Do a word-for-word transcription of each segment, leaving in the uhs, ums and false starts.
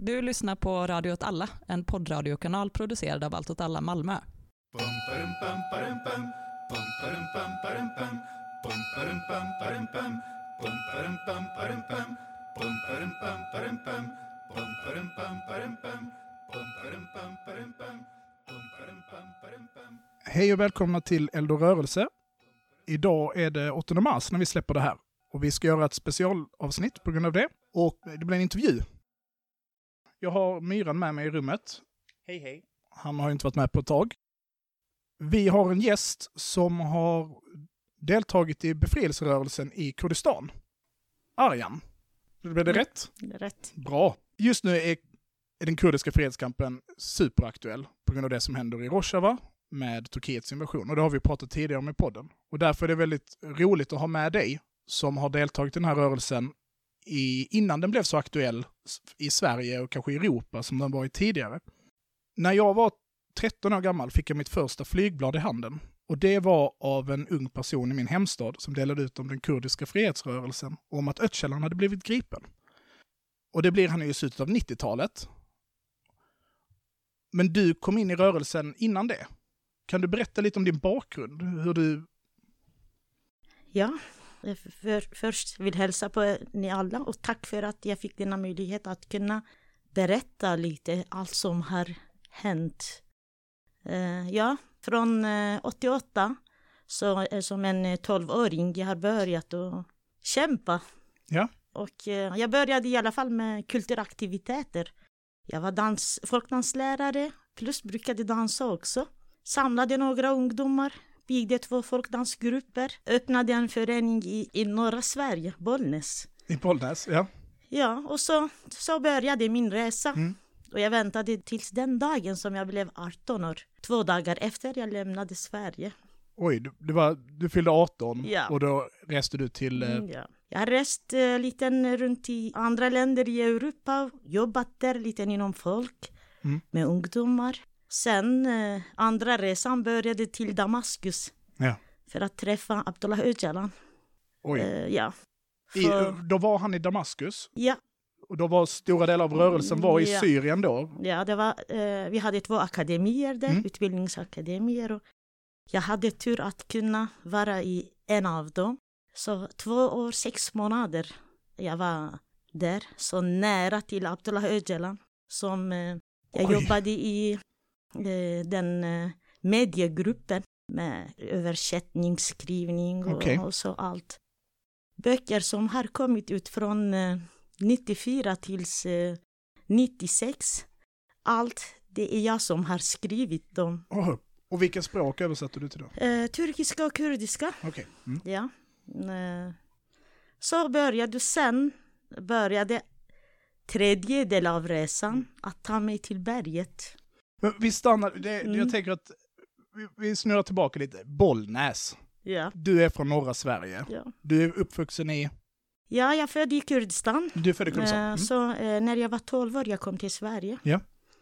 Du lyssnar på Radio åt alla, en poddradiokanal producerad av Allt åt alla Malmö. Hej och välkomna till Eld och rörelse. Idag är det åttonde mars när vi släpper det här. Och vi ska göra ett specialavsnitt på grund av det. Och det blir en intervju. Jag har Myran med mig i rummet. Hej hej. Han har inte varit med på ett tag. Vi har en gäst som har deltagit i befrielserörelsen i Kurdistan. Arjan. Blev det rätt? Det är rätt. Bra. Just nu är den kurdiska fredskampen superaktuell på grund av det som händer i Rojava med Turkiets invasion. Och det har vi pratat tidigare om i podden. Och därför är det väldigt roligt att ha med dig som har deltagit i den här rörelsen i, innan den blev så aktuell i Sverige och kanske i Europa som den var i tidigare. När jag var tretton år gammal fick jag mitt första flygblad i handen. Och det var av en ung person i min hemstad som delade ut om den kurdiska frihetsrörelsen och om att Öcalan hade blivit gripen. Och det blir han i slutet av nittiotalet. Men du kom in i rörelsen innan det. Kan du berätta lite om din bakgrund? Hur du... Ja, jag för, först vill hälsa på ni alla och tack för att jag fick denna möjlighet att kunna berätta lite allt som har hänt. Uh, ja, från uh, åttioåtta så uh, som en tolvåring jag har börjat att kämpa. Ja. Och uh, jag började i alla fall med kulturaktiviteter. Jag var dans, folkdanslärare plus brukade dansa också. Samlade några ungdomar, byggde två folkdansgrupper, öppnade en förening i, i norra Sverige, Bollnäs. I Bollnäs, ja. Ja, och så, så började min resa. Mm. Och jag väntade tills den dagen som jag blev arton år. Två dagar efter jag lämnade Sverige. Oj, du, du, var, du fyllde arton ja. Och då reste du till... Mm, ja. Jag har rest uh, lite runt i andra länder i Europa. Jobbat där lite inom folk mm. med ungdomar. Sen uh, andra resan började till Damaskus. Ja. För att träffa Abdullah Öcalan. Oj. Uh, ja. För... I, då var han i Damaskus? Ja. Och då var stora delar av rörelsen var i ja. Syrien då? Ja, det var, uh, vi hade två akademier där, mm. utbildningsakademier. Och jag hade tur att kunna vara i en av dem. Så två år, sex månader jag var där. Så nära till Abdullah Öcalan. Som uh, jag Oj. jobbade i uh, den uh, mediegruppen. Med översättning, skrivning och, okay. och så allt. Böcker som har kommit ut från uh, nittiofyra tills uh, nittiosex. Allt det är jag som har skrivit dem. Oh. Och vilka språk översatte du till då? Uh, turkiska och kurdiska. Okay. Mm. Ja. Uh, så började sen började tredje del av resan att ta mig till berget. Men vi stannar, det, mm. jag tänker att vi, vi snurrar tillbaka lite. Bollnäs. Ja. Du är från norra Sverige. Ja. Du är uppvuxen i... Ja, jag födde i Kurdistan. Du är född i Kurdistan. Mm. Uh, så uh, när jag var tolv år jag kom till Sverige. Ja.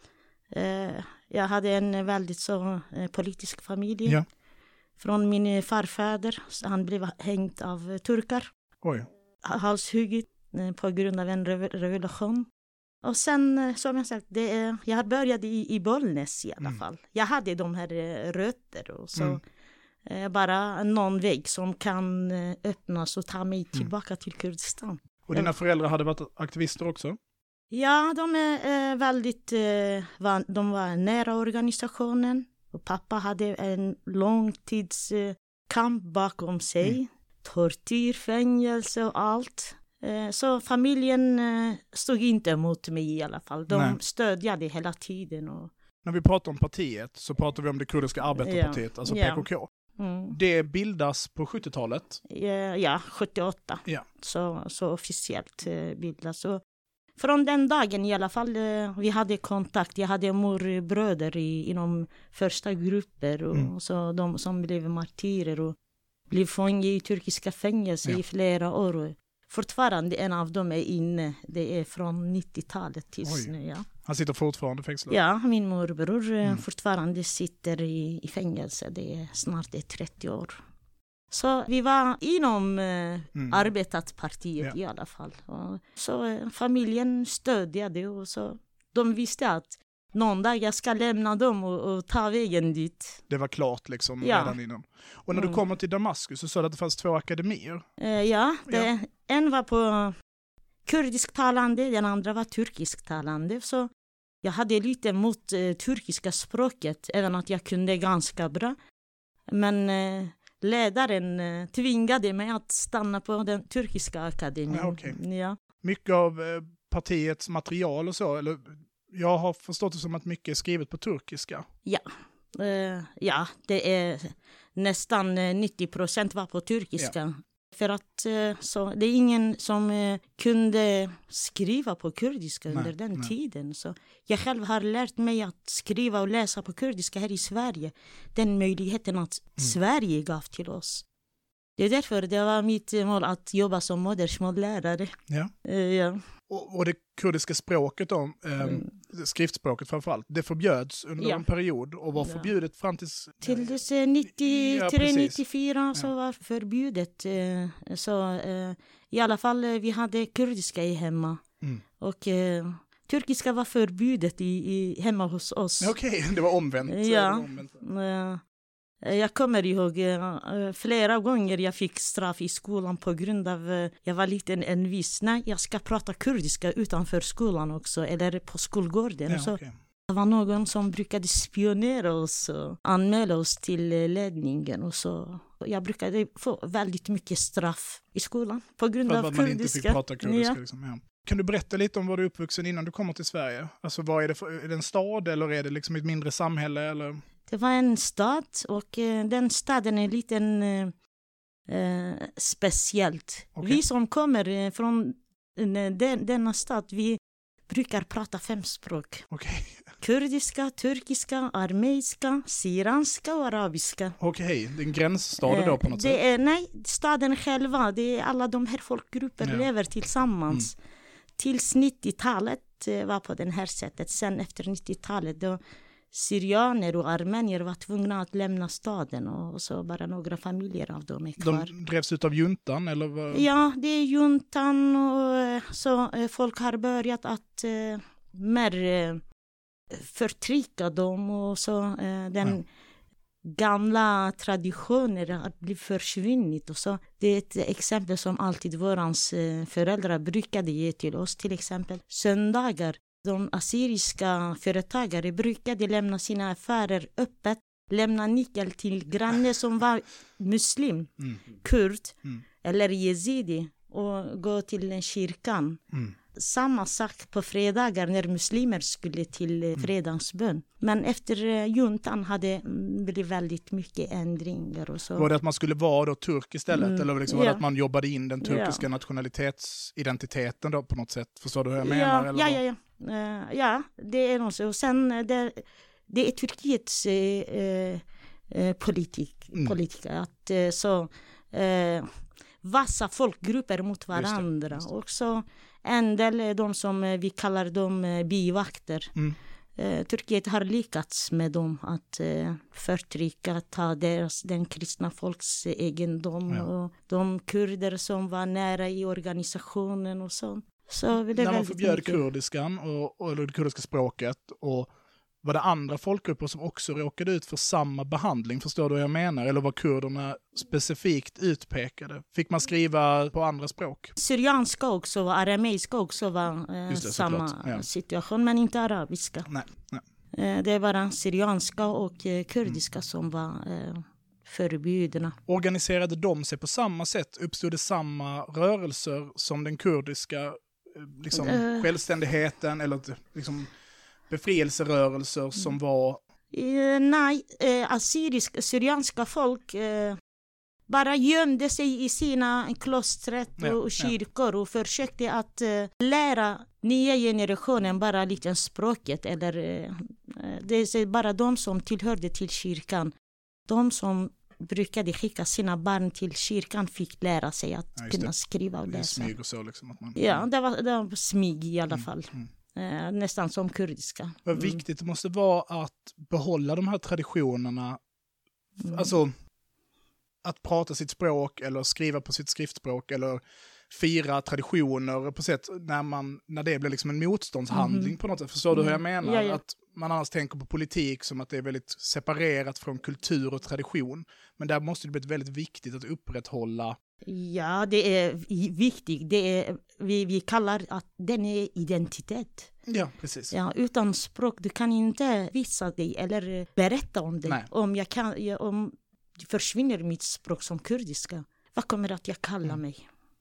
Uh, jag hade en väldigt så uh, politisk familj. Ja. Från min farfader. Så han blev hängt av uh, turkar. Oj. Halshugget uh, på grund av en rev- revolution. Och sen, uh, som jag sagt, det, uh, jag började i, i Bollnäs i alla mm. fall. Jag hade de här uh, rötter och så. Mm. Uh, bara någon väg som kan uh, öppnas och ta mig tillbaka mm. till Kurdistan. Och dina föräldrar hade varit aktivister också? Ja, de är eh, väldigt, eh, var, de var nära organisationen. Och pappa hade en långtids eh, kamp bakom sig. Mm. Tortyr, fängelse och allt. Eh, så familjen eh, stod inte emot mig i alla fall. De Nej. stödjade hela tiden. Och... När vi pratar om partiet så pratar vi om det kurdiska arbetarpartiet, ja. alltså ja. P K K. Mm. Det bildas på sjuttiotalet? Ja, ja sjuttioåtta. Ja. Så, så officiellt eh, bildas. Och från den dagen i alla fall, eh, vi hade kontakt. Jag hade morbröder i, inom första grupper. Och, mm. så de som blev martyrer och blev fånga i turkiska fängelser ja. i flera år. Och fortfarande en av dem är inne. Det är från nittiotalet tills Oj. nu. Ja. Han sitter fortfarande fängslad? Ja, min morbror mm. fortfarande sitter i, i fängelse. Det är snart det är trettio år. Så vi var inom eh, mm. arbetarpartiet ja. i alla fall. Och så eh, familjen stödjade och så de visste att någon dag jag ska lämna dem och, och ta vägen dit. Det var klart liksom Ja. redan innan. Och när Mm. du kommer till Damaskus så sa du att det fanns två akademier. Eh, ja, det, Ja. en var på kurdisktalande, den andra var turkisktalande. Så jag hade lite emot eh, turkiska språket, även att jag kunde ganska bra. Men eh, ledaren eh, tvingade mig att stanna på den turkiska akademin. Ja, okej. Ja. Mycket av eh, partiets material och så, eller jag har förstått det som att mycket är skrivet på turkiska. Eh, ja, det är nästan eh, nittio procent var på turkiska. För att eh, så, det är ingen som eh, kunde skriva på kurdiska Nej, under den nej. tiden. Så jag själv har lärt mig att skriva och läsa på kurdiska här i Sverige. Den möjligheten att Sverige gav till oss. Det är därför det var mitt mål att jobba som modersmållärare. Ja. Eh, ja. Och, och det kurdiska språket då, eh, Mm. skriftspråket framförallt, det förbjöds under Ja. en period och var Ja. förbjudet fram tills... Till dess eh, Ja, nittiotre precis. nittiofyra så Ja. var förbjudet. eh, Så eh, i alla fall eh, vi hade kurdiska i hemma. Mm. Och eh, turkiska var förbjudet i, i, hemma hos oss. Ja, Okej, det var omvänt. Ja. Det var omvänt. Eh, Jag kommer ihåg eh, flera gånger jag fick straff i skolan på grund av eh, jag var liten envis. Nej, jag ska prata kurdiska utanför skolan också, eller på skolgården. Ja, Så okej. det var någon som brukade spionera oss och anmäla oss till eh, ledningen. Och så. Jag brukade få väldigt mycket straff i skolan på grund För av att man inte kurdiska. fick prata kurdiska. Ja. Liksom, ja. Kan du berätta lite om var du är uppvuxen innan du kommer till Sverige? Alltså vad är det för, är det en stad eller är det liksom ett mindre samhälle? Eller? Det var en stad och eh, den staden är lite eh, eh, speciellt. Okej. Vi som kommer eh, från eh, den, denna stad, vi brukar prata fem språk. Okej, Kurdiska, turkiska, armeiska, syranska och arabiska. okej. Det är en gränsstad då på något det sätt? är, nej, staden själva, det är alla de här folkgrupperna Ja. lever tillsammans. Mm. Tills nittiotalet eh, var på det här sättet. Sen efter nittiotalet då syrianer och armenier var tvungna att lämna staden och så bara några familjer av dem är kvar. De drevs ut av juntan eller? Vad? Ja, det är juntan och eh, så eh, folk har börjat att eh, mer eh, förtrycka dem och så eh, den Ja. gamla traditioner har blivit försvunnit och så. Det är ett exempel som alltid vårans eh, föräldrar brukade ge till oss, till exempel söndagar. De assyriska företagare brukade lämna sina affärer öppet, lämna nyckel till granne som var muslim, Mm. kurd Mm. eller jezidi och gå till kyrkan. Mm. Samma sak på fredagar när muslimer skulle till eh, fredagsbön. Men efter eh, juntan hade mm, blivit väldigt mycket ändringar och så. Var det att man skulle vara då turk istället? Mm. Eller liksom var det Ja. att man jobbade in den turkiska Ja. nationalitetsidentiteten då på något sätt? Förstår du hur jag menar? Ja, eller ja, vad? ja, ja. Eh, ja, det är nog så. Och sen eh, det, det är Turkiets eh, eh, politik, Mm. politik att eh, så eh, vassa folkgrupper mot Just det, varandra. just det. Och så en del är de som eh, vi kallar dem eh, bivakter. Mm. Eh, Turkiet har lyckats med dem att eh, förtrycka, ta deras, den kristna folks eh, egendom Ja. och de kurder som var nära i organisationen och så. Så det är När man väldigt förbjöd mycket. kurdiskan och, och eller det kurdiska språket och var det andra folkgrupper som också råkade ut för samma behandling? Förstår du vad jag menar? Eller var kurderna specifikt utpekade? Fick man skriva på andra språk? Syrianska också, och arameiska också var eh, Just det, samma såklart, ja. situation, men inte arabiska. Nej, nej. Eh, det är bara syrianska och eh, kurdiska Mm. som var eh, förbjudna. Organiserade de sig på samma sätt? Uppstod det samma rörelser som den kurdiska eh, liksom, Eh. självständigheten eller liksom, befrielserörelser som var... Eh, nej, eh, assyrisk, syrianska folk eh, bara gömde sig i sina klostret Ja, och ja. kyrkor och försökte att eh, lära nya generationen bara lite språket. Eller, eh, det är bara de som tillhörde till kyrkan. De som brukade skicka sina barn till kyrkan fick lära sig att Ja, just kunna det. skriva och I läsa. smyg och så liksom. Att man, Ja, det var, det var smyg i alla fall. Mm. Eh, nästan som kurdiska. Vad Mm. viktigt det måste vara att behålla de här traditionerna. Mm. Alltså att prata sitt språk eller skriva på sitt skriftspråk eller fira traditioner på sätt när, man, när det blir liksom en motståndshandling mm. på något sätt. Förstår du hur jag menar? Ja, ja. Att man annars tänker på politik som att det är väldigt separerat från kultur och tradition. Men där måste det bli väldigt viktigt att upprätthålla. Ja, det är viktigt. Det är, vi, vi kallar att den är identitet. Ja, precis. Ja, utan språk, du kan inte visa dig eller berätta om det. Nej. Om jag kan, jag, om försvinner mitt språk som kurdiska, vad kommer att jag kalla mm. mig?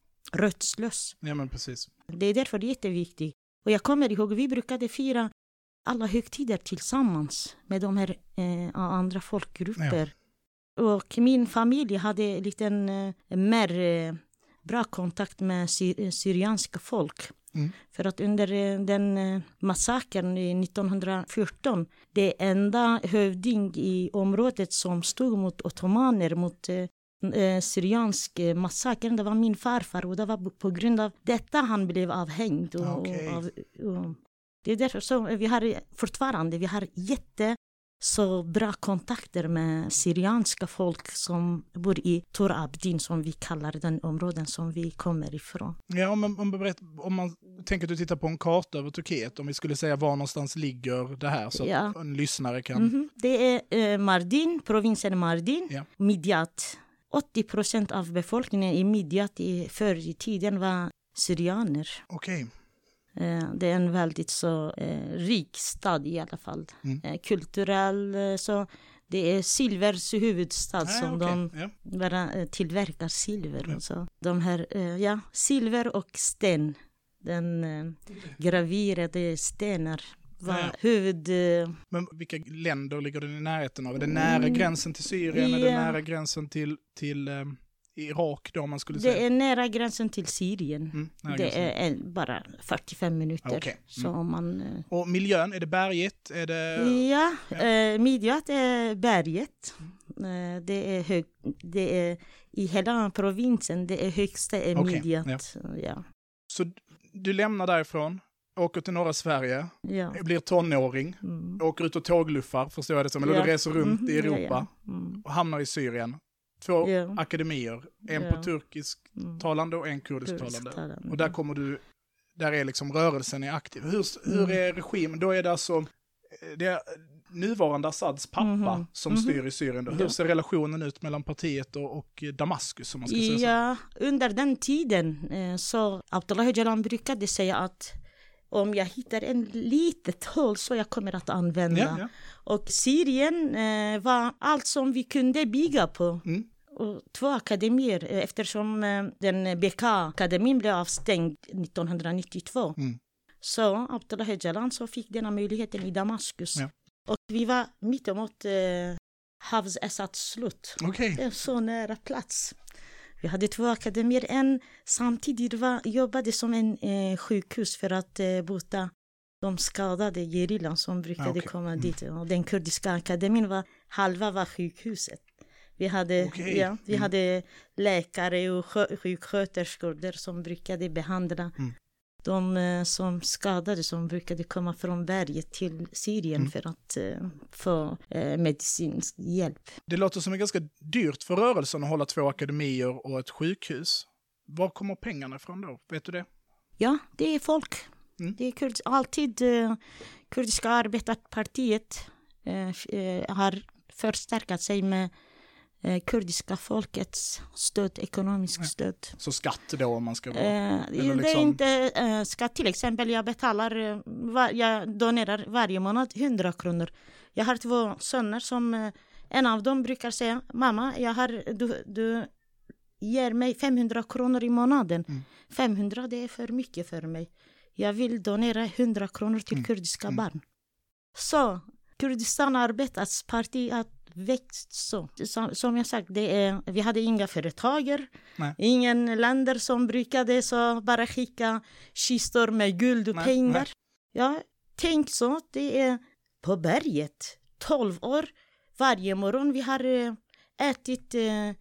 Rötslös. Ja, men precis. Det är därför det är jätteviktigt. Och jag kommer ihåg, vi brukade fira alla högtider tillsammans med de här eh, andra folkgrupper. Ja. Och min familj hade lite eh, mer eh, bra kontakt med sy- syrianska folk. Mm. För att under eh, den eh, massakern i nittonhundrafjorton, det enda hövding i området som stod mot ottomaner, mot eh, eh, syriansk eh, massakern, det var min farfar. Och det var på grund av detta han blev avhängd. Och, okay. och, av, och, det är därför så vi har fortfarande vi har jätte så bra kontakter med syrianska folk som bor i Tor Abdin, som vi kallar den områden som vi kommer ifrån. Ja, om man, om man, berätt, om man tänker att du tittar på en karta över Turkiet, om vi skulle säga var någonstans ligger det här så ja. att en lyssnare kan... Mm-hmm. Det är eh, Mardin, provinsen Mardin, ja. Midyat. åttio procent av befolkningen i Midyat i förr i tiden var syrianer. Okej. Okay. Det är en väldigt så eh, rik stad i alla fall. Mm. Eh, kulturell, så det är silvers huvudstad ah, som okay. de yeah. bara eh, tillverkar silver. Yeah. Och så. De här, eh, ja, silver och sten. Den eh, graverade stenar var yeah. huvud... Eh, Men vilka länder ligger den i närheten av? Är det nära gränsen till Syrien? Yeah. Är det nära gränsen till... till eh... Irak då, om man skulle säga. Det är nära gränsen till Syrien. Mm, det gränsen. är en, bara fyrtiofem minuter. Okay. Mm. Så man, och miljön, är det berget? Är det... Ja, ja. Eh, Midyat är berget. Mm. Eh, det är hög, det är i hela provinsen, det är högsta är okay. Midyat. Ja. Ja. Så du lämnar därifrån, åker till norra Sverige, ja. blir tonåring, mm. åker ut och tågluffar, förstår jag det som, eller ja. du reser runt mm. i Europa ja, ja. Mm. och hamnar i Syrien. Två yeah. akademier, en yeah. på turkisk talande och en kurdisk talande. talande. Och där kommer du, där är liksom rörelsen är aktiv. Hur, hur är regimen? Då är det alltså det är nuvarande Assads pappa mm-hmm. som mm-hmm. styr i Syrien. Då. Hur ser relationen ut mellan partiet och, och Damaskus, som man ska säga så? Ja, under den tiden så Abdullah Öcalan brukade säga att om jag hittar en litet hål så jag kommer att använda. Ja, ja. Och Syrien eh, var allt som vi kunde bygga på. Mm. Och två akademier, eftersom eh, den B K-akademin blev avstängd nittonhundranittiotvå. Mm. Så Abdullah Öcalan så fick denna möjligheten i Damaskus. Ja. Och vi var mitt emot eh, Hafez Assads slut. Okay. Det är så nära plats. Vi hade två akademier. En samtidigt var, jobbade som en eh, sjukhus för att eh, bota de skadade gerillan som brukade okay. komma mm. dit. Och den kurdiska akademin var halva var sjukhuset. Vi hade, okay. ja, vi mm. hade läkare och sjuksköterskor där som brukade behandla mm. de eh, som skadade, som brukade komma från berget till Syrien mm. för att eh, få eh, medicinsk hjälp. Det låter som är ganska dyrt för rörelsen att hålla två akademier och ett sjukhus. Var kommer pengarna ifrån då? Vet du det? Ja, det är folk. Mm. Det är kurd- alltid eh, kurdiska arbetarpartiet eh, eh, har förstärkt sig med eh, kurdiska folkets stöd, ekonomisk stöd. Så skatt då om man ska vara? Eh, det liksom... är inte eh, skatt, till exempel. Jag betalar, eh, var, jag donerar varje månad hundra kronor. Jag har två söner som eh, en av dem brukar säga, mamma, jag har, du, du ger mig femhundra kronor i månaden. Mm. femhundra, det är för mycket för mig. Jag vill donera hundra kronor till mm. kurdiska mm. barn. Så Kurdistan Arbetars parti har växt så. Som, som jag sagt, det är, vi hade inga företagare. Nej. Ingen länder som brukade så bara skicka kistor med guld och nej, pengar. Nej. Ja, tänk så. Det är på berget. tolv år. Varje morgon vi har ätit eh,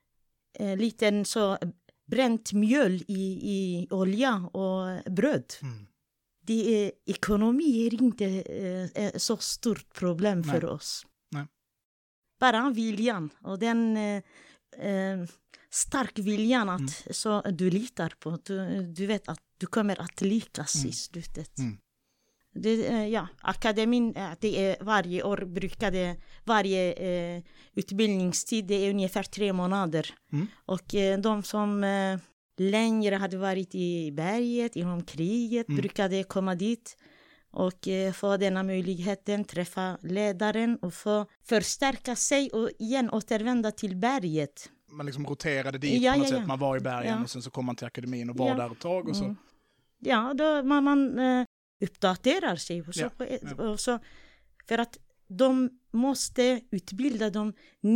eh, liten så bränt mjöl i, i olja och bröd. Mm. Det är, ekonomi är inte eh, så stort problem Nej. för oss. Nej. Bara viljan. Och den, eh, eh, stark viljan att Mm. så du litar på. Du, du vet att du kommer att lyckas Mm. i slutet. Mm. Det, eh, ja, akademin, eh, det är varje år brukar det, varje eh, utbildningstid, det är ungefär tre månader. Mm. Och eh, de som eh, längre hade varit i berget, inom kriget, Mm. brukade komma dit och eh, få denna möjligheten, träffa ledaren och få förstärka sig och igen återvända till berget. Man liksom roterade dit Ja, på något ja, ja. sätt. Man var i bergen Ja. och sen så kom man till akademin och var Ja. där ett tag och så. Mm. Ja, då man, man eh, uppdaterar sig. Och så, Ja, på ett- ja. och så, för att de måste utbilda de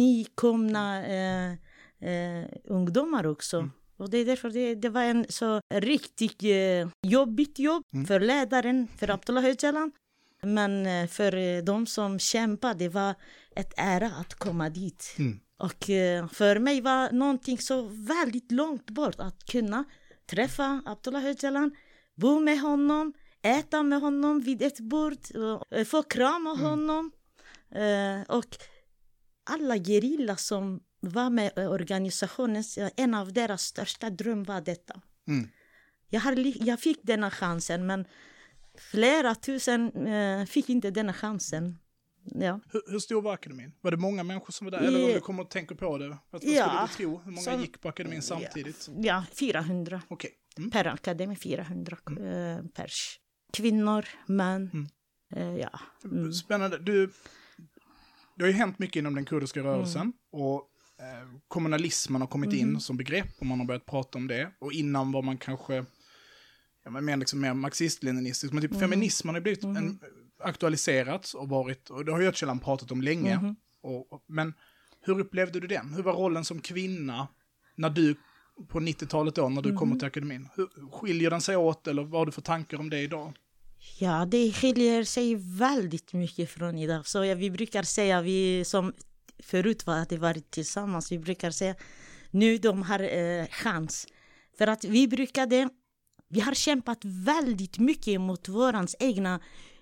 nykomna eh, eh, ungdomar också. Mm. Och det är därför det, det var en så riktigt eh, jobbigt jobb Mm. för ledaren, för Abdullah Öcalan. Men eh, för eh, de som kämpade, det var ett ära att komma dit. Mm. Och eh, för mig var någonting så väldigt långt bort att kunna träffa Abdullah Öcalan, bo med honom, äta med honom vid ett bord, och, eh, få krama Mm. honom. Eh, och alla gerilla som var med i organisationen, en av deras största dröm var detta. Mm. Jag, har, li- jag fick denna chansen, men flera tusen eh, fick inte denna chansen. Ja. Hur, hur stor var akademin? Var det många människor som var där? I- Eller om du kommer att tänka på det? Vad vad Ja. skulle du tro? Hur många Som- gick på akademin samtidigt? Ja, fyrahundra. Okej. Mm. Per akademi, fyrahundra eh, pers. Kvinnor, män. Mm. Eh, ja. Mm. Spännande. Du, det har ju hänt mycket inom den kurdiska rörelsen. Mm. Och eh, kommunalismen har kommit in Mm. som begrepp och man har börjat prata om det. Och innan var man kanske ja, men mer, liksom mer marxist-leninistisk. Men typ Mm. feminismen har ju blivit Mm. en, aktualiserats och varit, och det har ju Öcalan pratat om länge. Mhm. Och, och, men hur upplevde du den? Hur var rollen som kvinna när du, på nittiotalet då, när du Mhm. kommer till akademin? Hur, skiljer den sig åt eller vad har du för tankar om det idag? Ja, det skiljer sig väldigt mycket från idag. Så ja, vi brukar säga, vi som förut var, hade varit tillsammans, vi brukar säga nu de har eh, chans. För att vi brukade, vi har kämpat väldigt mycket mot vårans egna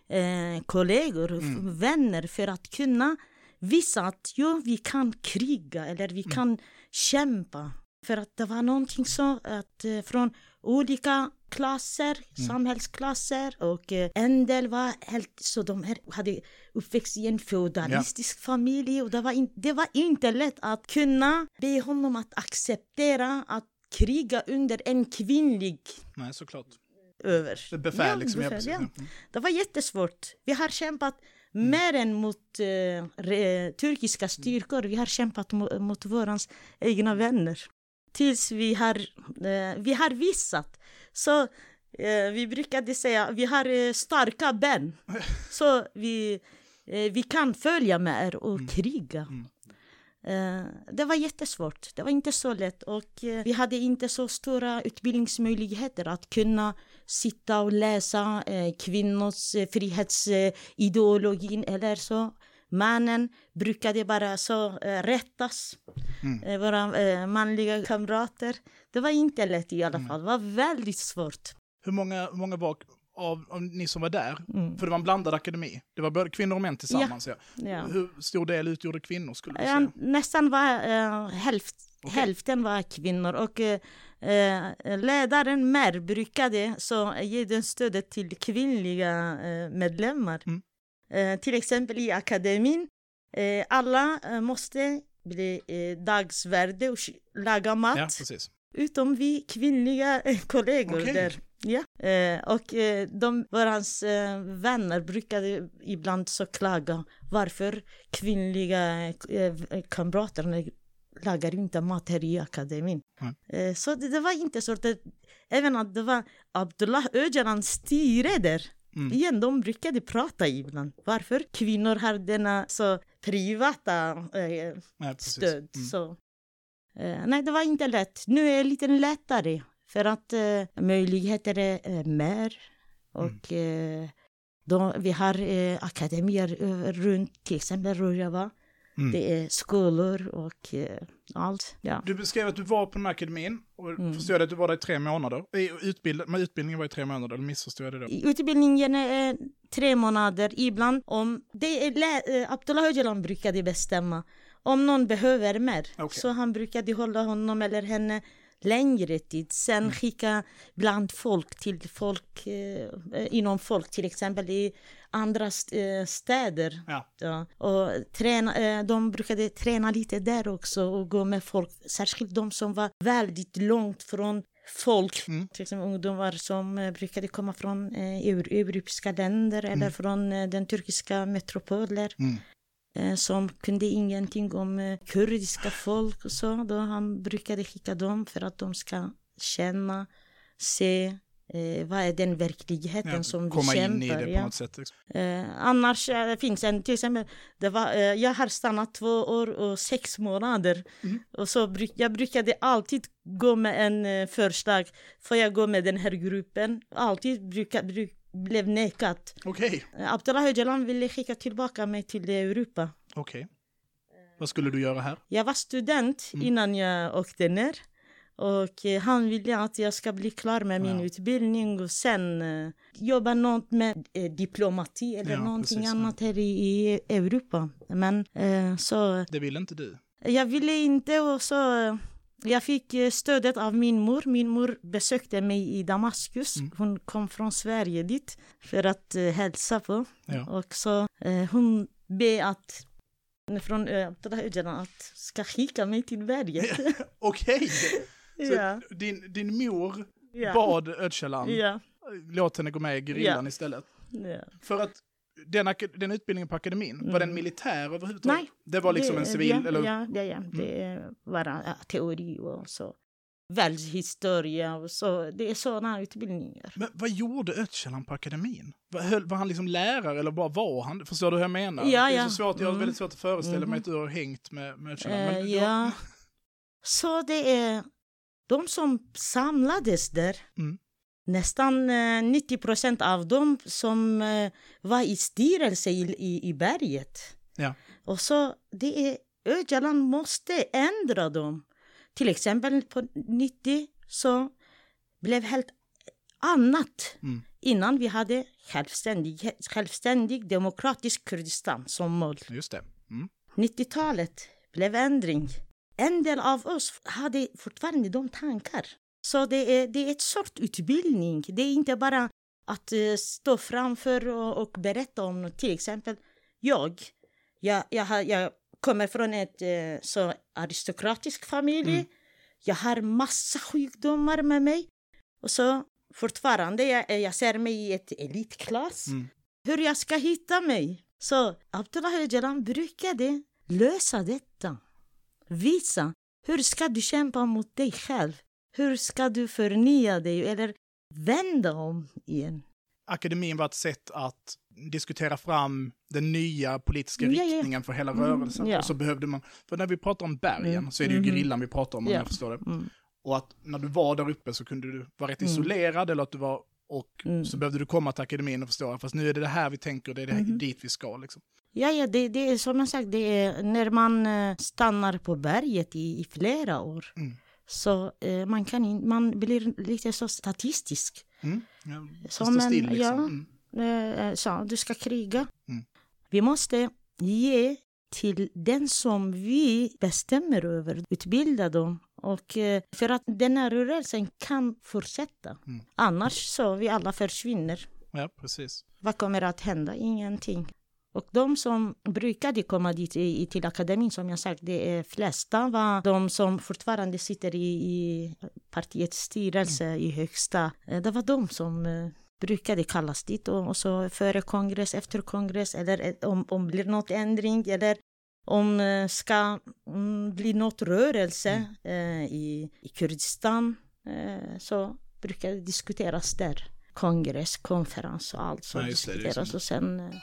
eh, kollegor, Mm. vänner, för att kunna visa att jo, vi kan kriga eller vi Mm. kan kämpa. För att det var någonting så att eh, från olika klasser, Mm. samhällsklasser, och eh, en del var helt, så de här hade uppväxt i en feudalistisk familj, och det var, in, det var inte lätt att kunna be honom att acceptera att kriga under en kvinnlig Nej, såklart. över. Det befäl Ja, liksom. Ja, befäl, precis. ja. Ja. Mm. Det var jättesvårt. Vi har kämpat Mm. mer än mot eh, re, turkiska styrkor. Vi har kämpat mo, mot våra egna vänner. Tills vi har, eh, vi har visat. Så eh, vi brukade säga vi har eh, starka ben. Så vi, eh, vi kan följa med er och Mm. kriga. Mm. Eh, det var jättesvårt. Det var inte så lätt. Och eh, vi hade inte så stora utbildningsmöjligheter att kunna sitta och läsa eh, kvinnors eh, frihetsideologin eller så. Mannen brukade bara så eh, rättas. Mm. Eh, våra eh, manliga kamrater. Det var inte lätt i alla Mm. fall. Det var väldigt svårt. Hur många, hur många var av, av ni som var där? Mm. För det var en blandad akademi. Det var både kvinnor och män tillsammans. Ja. Ja. Hur stor del utgjorde kvinnor skulle du Ja, säga? nästan var eh, hälft, Okej. hälften var kvinnor, och eh, eh, ledaren mer brukade så ge den stödet till kvinnliga eh, medlemmar. Mm. Eh, till exempel i akademin, eh, alla eh, måste bli eh, dagsvärde och laga mat, Ja, precis. utom vi kvinnliga eh, kollegor Okej. där. Ja. Eh, och eh, de, vårans eh, vänner brukade ibland så klaga varför kvinnliga eh, kamraterna lagar inte mat här i akademin. Mm. Eh, så det, det var inte så. Det, även att det var Abdullah Öcalan styre där. Mm. Igen, de brukade prata ibland. Varför kvinnor har denna så privata eh, Ja, precis. stöd. Mm. Så. Eh, nej, det var inte lätt. Nu är det lite lättare. För att eh, möjligheter är eh, mer. Och Mm. eh, då, vi har eh, akademier eh, runt, till exempel Rojava. Mm. Det är skolor och eh, allt. Ja. Du beskrev att du var på den här akademin och Mm. förstod jag att du var där i tre månader. I Utbild, men utbildningen var i tre månader, eller missförstod jag det då? I Utbildningen är tre månader ibland. Om det är lä- eh, Abdullah Öcalan brukade bestämma. om någon behöver mer. Okay. Så han brukade hålla honom eller henne längre tid. Sen mm. skicka bland folk till folk, eh, inom folk, till exempel i andra st- städer. Ja. Ja. Och träna, eh, de brukade träna lite där också och gå med folk. Särskilt de som var väldigt långt från folk. Mm. Till exempel ungdomar som eh, brukade komma från eh, europeiska länder eller mm. från eh, den turkiska metropoler. Mm. Som kunde ingenting om kurdiska folk och så. Då han brukade skicka dem för att de ska känna, se eh, vad är den verkligheten ja, som vi kämpar. Komma in i det ja. på något sätt. Liksom. Eh, annars eh, finns en, till exempel, det var, eh, jag har stannat två år och sex månader. Mm. Och så bruk, jag brukade alltid gå med en eh, förslag. Får jag gå med den här gruppen? Alltid brukade bruk, blev nekat. Okej. Okay. Abdullah Öcalan ville skicka tillbaka mig till Europa. Okej. Okay. Vad skulle du göra här? Jag var student mm. innan jag åkte ner. Och eh, han ville att jag ska bli klar med min ja. utbildning. Och sen eh, jobba något med eh, diplomati eller ja, någonting precis, annat ja. här i, i Europa. Men eh, så... Det ville inte du? Jag ville inte och så... Jag fick stödet av min mor. Min mor besökte mig i Damaskus. Mm. Hon kom från Sverige dit för att uh, hälsa på. Ja. Och så uh, hon be att från Abdullah Öcalan att ska skicka mig till berget. Okej. Okay. Så ja. din, din mor ja. bad Öcalan ja. låt henne gå med i gerillan ja. istället. Ja. För att den, den utbildningen på akademin, mm. var den militär överhuvudtaget? Nej. Det var liksom det, en civil? Ja, eller? ja, ja, ja. Mm. Det var ja, teori och så. Världshistoria och så. Det är sådana utbildningar. Men vad gjorde Öcalan på akademin? Var, var han liksom lärare eller bara var han? Förstår du hur jag menar? Ja, det är ja. så svårt, jag har mm. väldigt svårt att föreställa mm. mig att du har hängt med, med Öcalan. Men uh, ja. Då... Så det är de som samlades där. Mm. Nästan eh, nittio procent av dem som eh, var i styrelse i, i, i berget. Ja. Och så det är Öcalan måste ändra dem. Till exempel på nittio så blev helt annat. Mm. Innan vi hade självständig, självständig demokratisk Kurdistan som mål. Just det. Mm. nittiotalet blev ändring. En del av oss hade fortfarande de tankar. Så det är, det är ett sort utbildning. Det är inte bara att uh, stå framför och, och berätta om till exempel jag. Jag, jag, har, jag kommer från ett uh, så aristokratisk familj. Mm. Jag har massa sjukdomar med mig. Och så fortfarande jag, jag ser mig i ett elitklass. Mm. Hur jag ska hitta mig. Så Abdullah Öcalan brukade lösa detta. Visa hur ska du kämpa mot dig själv. Hur ska du förnya dig eller vända om igen? Akademin var ett sätt att diskutera fram den nya politiska ja, riktningen ja. för hela rörelsen. Mm, ja. Och så behövde man, för när vi pratar om bergen mm. så är det ju gerillan vi pratar om, om ja. jag förstår det. Mm. Och att när du var där uppe så kunde du vara rätt mm. isolerad eller att du var, och mm. så behövde du komma till akademin och förstå, fast nu är det det här vi tänker, det är det här, mm. dit vi ska liksom. Ja, ja det, det är som jag sagt, det är när man stannar på berget i, i flera år. Mm. Så eh, man, kan in, man blir lite så statistisk. Mm. Ja, som en, still, liksom. ja, mm. eh, så, du ska kriga. Mm. Vi måste ge till den som vi bestämmer över, utbilda dem. Och eh, för att den här rörelsen kan fortsätta. Mm. Annars så vi alla försvinner. Ja, precis. Vad kommer att hända? Ingenting. Och de som brukade komma dit i, till akademin, som jag sagt, det är flesta var de som fortfarande sitter i, i partiets styrelse mm. i högsta. Det var de som eh, brukade kallas dit och, och så före kongress, efter kongress eller om, om blir något ändring eller om eh, ska mm, bli något rörelse mm. eh, i, i Kurdistan eh, så brukar det diskuteras där. Kongress, konferens och allt som diskuteras det, liksom. Och sen... Eh,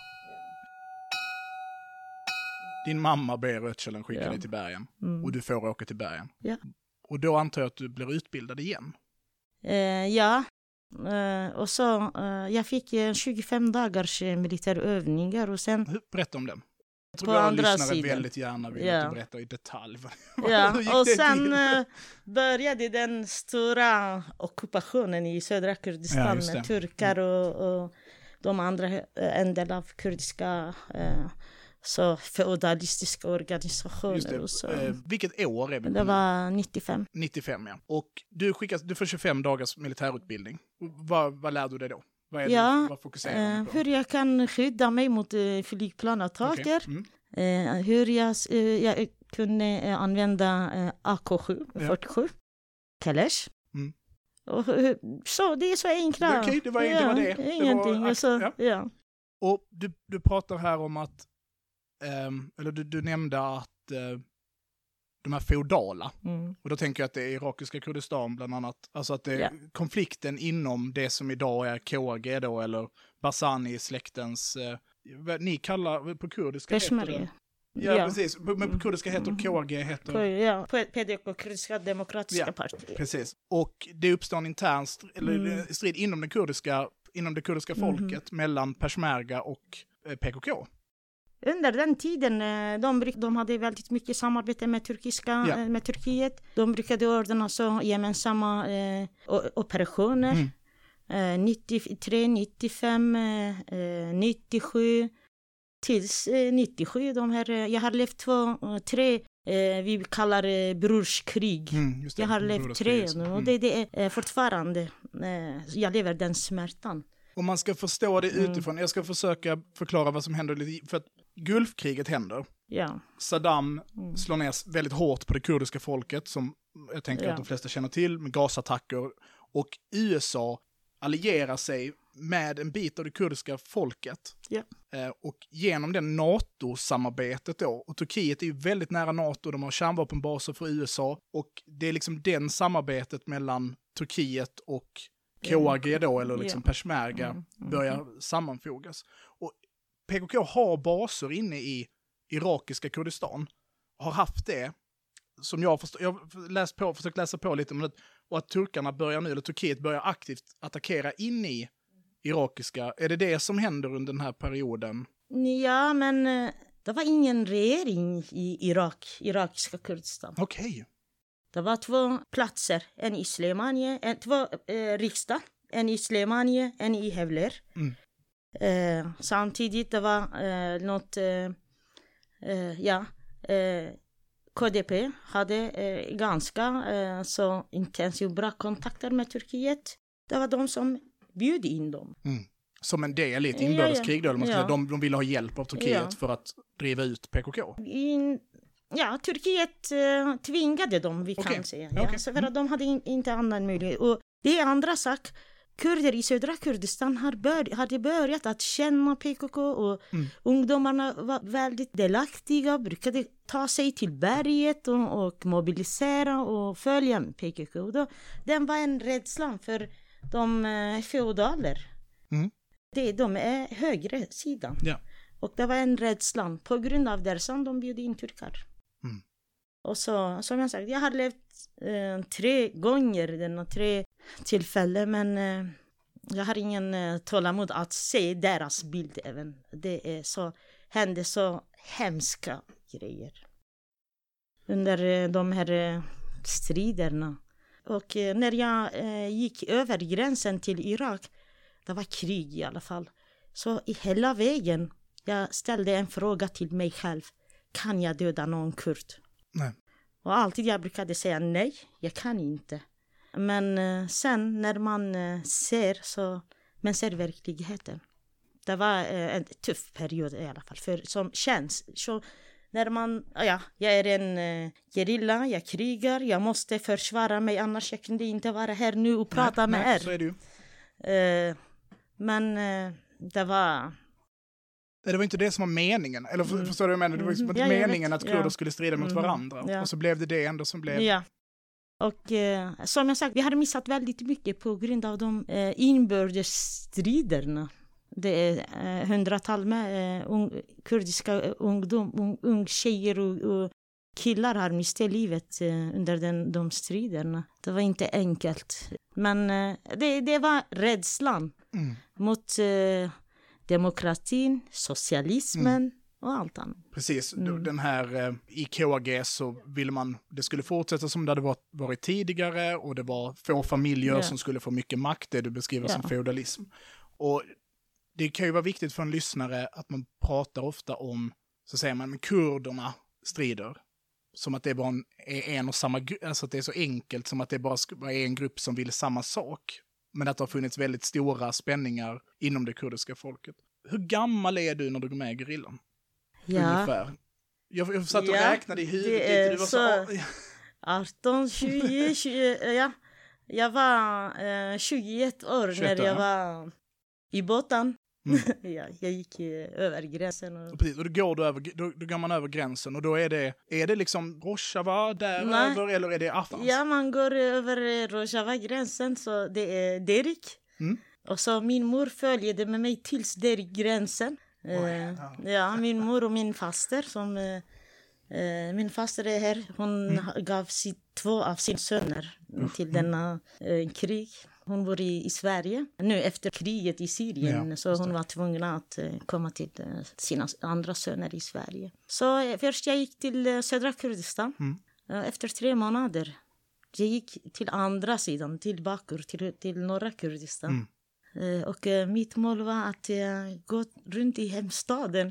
Din mamma ber Öcalan skicka ja. dig till bergen. Mm. Och du får åka till bergen. Ja. Och då antar jag att du blir utbildad igen. Eh, ja. Eh, och så eh, jag fick eh, tjugofem dagars eh, militärövningar. Och sen... Berätta om den. Jag tror att lyssnare sidan. väldigt gärna vill ja. att du berättar i detalj. Ja. Och sen eh, började den stora ockupationen i södra Kurdistan ja, med turkar och, och de andra, en del av kurdiska... Eh, så feodalistiska organisationer. Och så. Eh, vilket år är vi? Det var nittiofem. nittiofem, ja. Och du, skickas, du får tjugofem dagars militärutbildning. Vad, vad lär du dig då? Vad är ja, det, vad fokuserar du på? Hur jag kan skydda mig mot eh, flygplanattacker. Okay. Mm. Eh, hur jag, eh, jag kunde eh, använda eh, A K sju, ja. fyrtiosju, Kalash. Mm. Och, så det är så enkla. Okej, det var, ja, det, var det. Ingenting. Det var, så, ja. Ja. Och du, du pratar här om att, um, eller du, du nämnde att uh, de här feodala, mm. och då tänker jag att det är irakiska Kurdistan bland annat, alltså att det är ja. konflikten inom det som idag är K A G då, eller Barzani-släktens, uh, ni kallar på kurdiska Peshmerga. heter det. Ja, ja, precis. Men på kurdiska heter K A G heter... Ja, P D K, kurdiska demokratiska ja, partiet. Precis. Och det uppstår en intern st- eller mm. strid inom, den kurdiska, inom det kurdiska folket mm. mellan Peshmerga och eh, P K K. Under den tiden, de, de hade väldigt mycket samarbete med, turkiska, ja. med Turkiet. De brukade ordna så gemensamma eh, operationer. Mm. Eh, nittiotre, nittiofem, eh, nittiosju... Tills eh, nittiosju, de här, jag har levt två, tre, eh, vi kallar det brorskrig. Mm, just det. Jag har levt tre nu och det, det är eh, fortfarande, eh, jag lever den smärtan. Om man ska förstå det utifrån, mm. jag ska försöka förklara vad som händer lite, för att Gulfkriget händer. Ja. Saddam mm. slår ner väldigt hårt på det kurdiska folket, som jag tänker ja. att de flesta känner till, med gasattacker. Och U S A allierar sig med en bit av det kurdiska folket. Yeah. Eh, och genom det NATO-samarbetet då, och Turkiet är ju väldigt nära NATO, de har kärnvapenbaser för U S A, och det är liksom den samarbetet mellan Turkiet och K A G då, eller liksom yeah. Peshmerga, mm, mm, börjar mm. sammanfogas. Och P K K har baser inne i irakiska Kurdistan, har haft det, som jag förstår, jag har läst på, försökt läsa på lite om det, och att turkarna börjar nu, eller Turkiet börjar aktivt attackera in i irakiska. Är det det som händer under den här perioden? Ja, men det var ingen regering i Irak, irakiska Kurdistan. Okej. Okay. Det var två platser, en i Slemanie, en, två eh, riksdag, en i Slemanie, en i Hevler. Mm. Eh, samtidigt det var eh, något, eh, eh, ja, eh, K D P hade eh, ganska eh, så intensiv bra kontakter med Turkiet. Det var de som bjöd in dem. Mm. Som en del i ett inbördeskrig då? Eller man ska ja. säga, de, de ville ha hjälp av Turkiet ja. för att driva ut P K K? In, ja, Turkiet uh, tvingade dem, vi okay. kan säga. Ja. Okay. Så för att de hade in, inte annan möjlighet. Och det är andra sak. Kurder i södra Kurdistan har bör, hade börjat att känna P K K och mm. ungdomarna var väldigt delaktiga, brukade ta sig till berget och, och mobilisera och följa P K K. Och då, den var en rädsla för de eh, feodaler. Mm. Det, de är högre sidan. Ja. Och det var en rädsla på grund av det som de bjöd in turkar. Mm. Och så, som jag sagt, jag har levt eh, tre gånger denna tre tillfällen, men eh, jag har ingen eh, tålamod att se deras bild även. Det är så, hände så hemska grejer under eh, de här eh, striderna. Och eh, när jag eh, gick över gränsen till Irak, det var krig i alla fall. Så i hela vägen, jag ställde en fråga till mig själv. Kan jag döda någon kurd? Nej. Och alltid jag brukade säga nej, jag kan inte. Men eh, sen när man eh, ser så, man ser verkligheten. Det var eh, en tuff period i alla fall, för som känns så. När man, ja, jag är en eh, gerilla, jag krigar, jag måste försvara mig, annars jag kunde inte vara här nu och prata nej, med nej, er. Så är det ju. Eh, men eh, det var... Det var inte det som var meningen, eller för, mm. förstår du vad jag menar? Det var liksom inte ja, meningen att kurder ja. skulle strida mot mm. varandra. Ja. Och så blev det det ändå som blev... Ja. Och eh, som jag sagt, vi har missat väldigt mycket på grund av de eh, inbördesstriderna. Det är eh, hundratal med eh, un, kurdiska ungdom, un, ung tjejer och, och killar har mist livet eh, under den, de striderna. Det var inte enkelt. Men eh, det, det var rädslan mm. mot eh, demokratin, socialismen mm. och allt annat. Precis, mm. den här eh, i K A G så ville man det skulle fortsätta som det hade varit, varit tidigare, och det var få familjer ja. som skulle få mycket makt, det du beskriver ja. som feudalism. Och det kan ju vara viktigt för en lyssnare att man pratar ofta om så säger man att kurderna strider. Som att det bara en, är en och samma, alltså att det är så enkelt som att det bara är en grupp som vill samma sak. Men att det har funnits väldigt stora spänningar inom det kurdiska folket. Hur gammal är du när du går med i gerillan? Ja. Ungefär. Jag, jag satt och Ja, räknade i huvudet. det är du var så... så... arton, tjugo, tjugo, ja. Jag var eh, tjugoett år tjugoett, när jag ja. var i båten. Mm. Ja, jag gick eh, över gränsen. Och... Och precis, och då går, du över, då, då går man över gränsen och då är det, är det liksom Rojava däröver eller är det Afans? Ja, man går över Rojava-gränsen så det är Derik. Mm. Och så min mor följde med mig tills Derik-gränsen. Oj, eh, ja. ja, min mor och min faster som... Eh, eh, min faster är här. Hon Mm. gav sitt, två av sina söner till denna eh, krig. Hon bor i, i Sverige. Nu efter kriget i Syrien Ja, så hon var tvungen att eh, komma till eh, sina andra söner i Sverige. Så eh, först jag gick till eh, södra Kurdistan. Mm. Eh, efter tre månader. Jag gick till andra sidan, till Bakur, till, till norra Kurdistan. Mm. Eh, och eh, mitt mål var att eh, gå runt i hemstaden.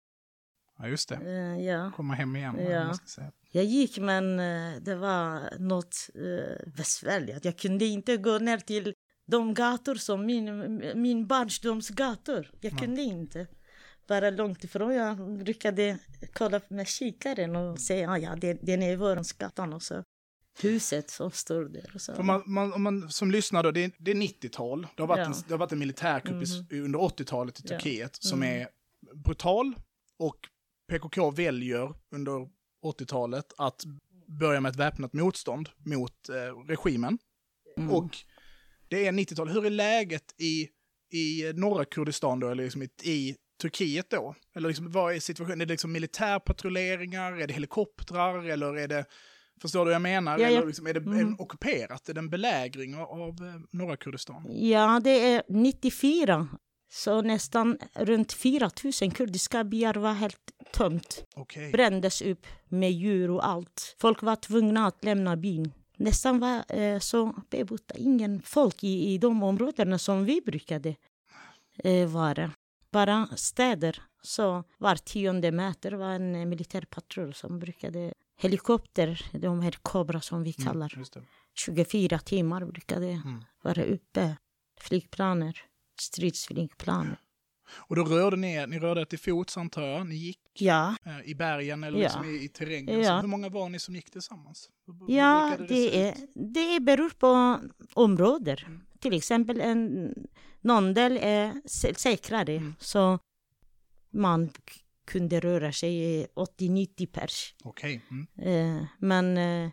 Ja, just det. Eh, ja. Komma hem igen. Ja. Man ska säga. Jag gick men eh, det var något eh, besvärligt. Jag kunde inte gå ner till de gator som min, min barnsdoms gator. Jag Nej. kunde inte. Bara långt ifrån. Jag brukade kolla med kikaren och säga ah, ja, det, den är vårens gatan och så huset som står där. Och så. För man, man, om man som lyssnar då, det är, det är nittiotal. Det har varit, Ja. en, det har varit en militärkupp Mhm. i, under åttiotalet i Ja. Turkiet som Mm. är brutal och P K K väljer under åttiotalet att börja med ett väpnat motstånd mot eh, regimen. Mm. Och det är nittiotal. Hur är läget i, i norra Kurdistan då, eller liksom i, i Turkiet då? Eller liksom, vad är situationen? Är det liksom militärpatrulleringar? Är det helikoptrar? Eller är det, förstår du vad jag menar? Ja, ja. Eller liksom, är det Mm. en ockuperat? Är det en belägring av, av eh, norra Kurdistan? Ja, det är nittiofyra. Så nästan runt fyra tusen kurdiska byar var helt tömt. Okej. Brändes upp med djur och allt. Folk var tvungna att lämna byn. Nästan var eh, så bebott ingen folk i, i de områdena som vi brukade eh, vara. Bara städer. Så var tionde meter var en eh, militärpatrull som brukade helikopter, de här Cobra som vi kallar. Mm, just det. tjugofyra timmar brukade Mm. vara uppe. Flygplaner, stridsflygplaner. Och då rörde ni er, ni rörde er till fots antar jag, ni gick Ja, eh, i bergen eller Ja. liksom i, i terrängen. Ja. Så hur många var ni som gick tillsammans? Hur, hur ja brukade se det, är, ut? det beror på områden. Till exempel en, någon del är sä- säkrare. Mm. Så man k- kunde röra sig åttio till nittio pers. Okej. Mm. Eh, men eh,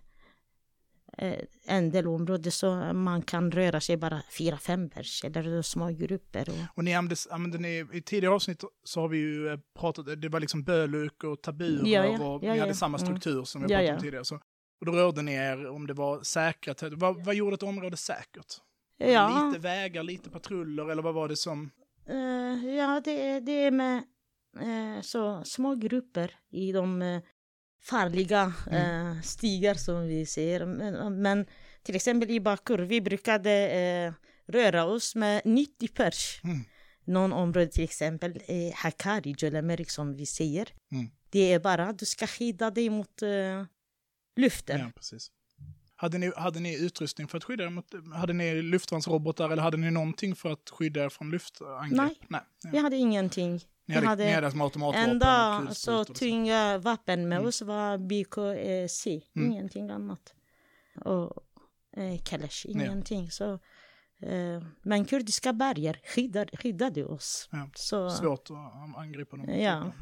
eh, en del områden så man kan röra sig bara fyra fem pers. Eller små grupper. Och, Och ni använde, använde ni, i tidigare avsnitt så har vi ju eh, pratat, det var liksom böluk och taburer Ja, ja. och Ja, ni ja. hade samma Mm. struktur som vi Ja, pratade ja. om tidigare. Så, och då rörde ni er om det var säkert. Vad, vad gjorde ett område säkert? ja, Lite vägar, lite patruller eller vad var det som... eh, ja det, är- det är med eh, så små grupper i de eh, farliga eh, stigar som vi ser. Men, men till exempel i Bakur, vi brukade eh, röra oss med nittio pers. Mm. Någon område till exempel är Hakkari, Jölemerik som vi säger. Mm. Det är bara att du ska skydda dig mot eh, luften. Ja, precis. Hade ni, hade ni utrustning för att skydda er mot... Hade ni luftvärnsrobotar eller hade ni någonting för att skydda er från luftangrepp? Nej. Nej. Ja. Vi hade ingenting. Ni Vi hade, hade ni hade som automatvapen och enda kulsprutor så och så. tunga vapen med Mm. oss var B K C, Mm. ingenting annat. Och eh, Kalash, ingenting. Så, eh, men kurdiska berger skyddade, skyddade oss. Ja. Så, Svårt att angripa dem. Ja.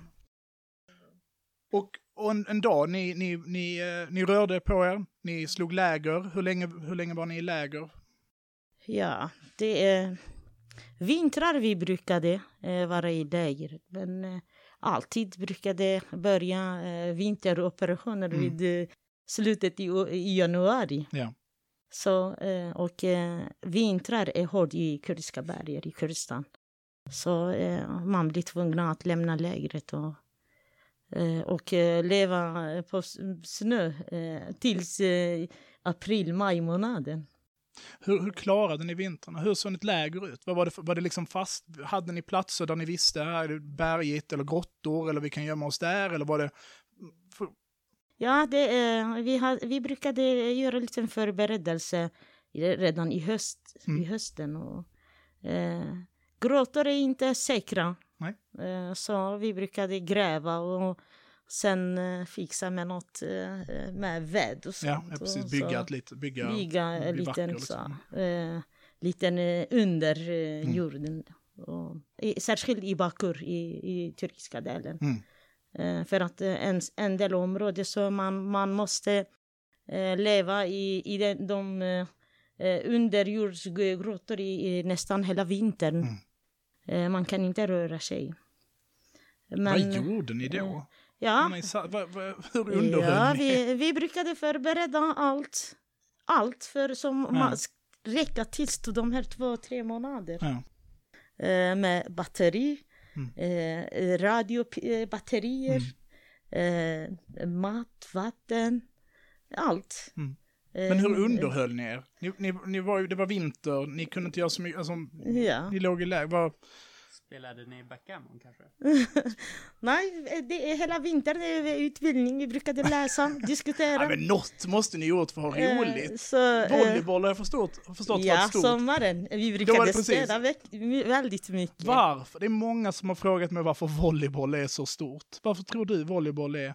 Och, och en, en dag, ni, ni, ni, eh, ni rörde på er, ni slog läger. Hur länge, hur länge var ni i läger? ja, det är vintrar vi brukade eh, vara i läger. Men eh, alltid brukade börja eh, vinteroperationer Mm. vid eh, slutet i, i januari. Ja. Så, eh, och eh, vintrar är hård i kurdiska berger i Kurdistan. Så eh, man blir tvungen att lämna lägret och, eh, och eh, leva på s- snö eh, tills eh, april, maj månaden. Hur, hur klarade ni vintrarna? Hur såg ett läger ut? Vad var det, för, var det liksom fast? Hade ni platser där ni visste, här är det berget eller grottor eller vi kan gömma oss där? Eller var det... För... Ja, det, eh, vi, har, vi brukade göra en liten förberedelse redan i, höst, mm. i hösten. Och, eh, grottor är inte säkra. Nej. Eh, så vi brukade gräva och sen eh, fixa med något eh, med ved och sånt. Ja, precis. Bygga ett litet... Bygga, bygga en liten, liksom. så, eh, liten eh, under eh, mm. jorden. Och, i, särskilt i Bakur, i, i turkiska delen. Mm. Eh, för att eh, en, en del områden så man, man måste eh, leva i, i de, de eh, underjordsgrottor i, i nästan hela vintern. Mm. Eh, man kan inte röra sig. Men, vad gjorde ni då? Eh, ja. Ni, vad, vad, hur underhöll ja, ni? vi, vi brukade förbereda allt. Allt för som ja. man räcka tills de här två, tre månader. Ja. Eh, med batteri. Mm. Eh, radiobatterier. Mm. Eh, mat, vatten. Allt. Mm. Men hur underhöll ni er? Ni, ni, ni var ju, det var vinter, ni kunde inte göra så mycket, alltså, ja. ni låg i läge. Var... Spelade ni backgammon kanske? Nej, det är hela vintern, det är utbildning, vi brukade läsa, diskutera. Ja, men något måste ni gjort för att ha roligt. Eh, så, Volleyboll har jag förstått, förstått ja, var stort. sommaren, vi brukade spela väldigt mycket. Varför? Det är många som har frågat mig varför volleyboll är så stort. Varför tror du volleyboll är...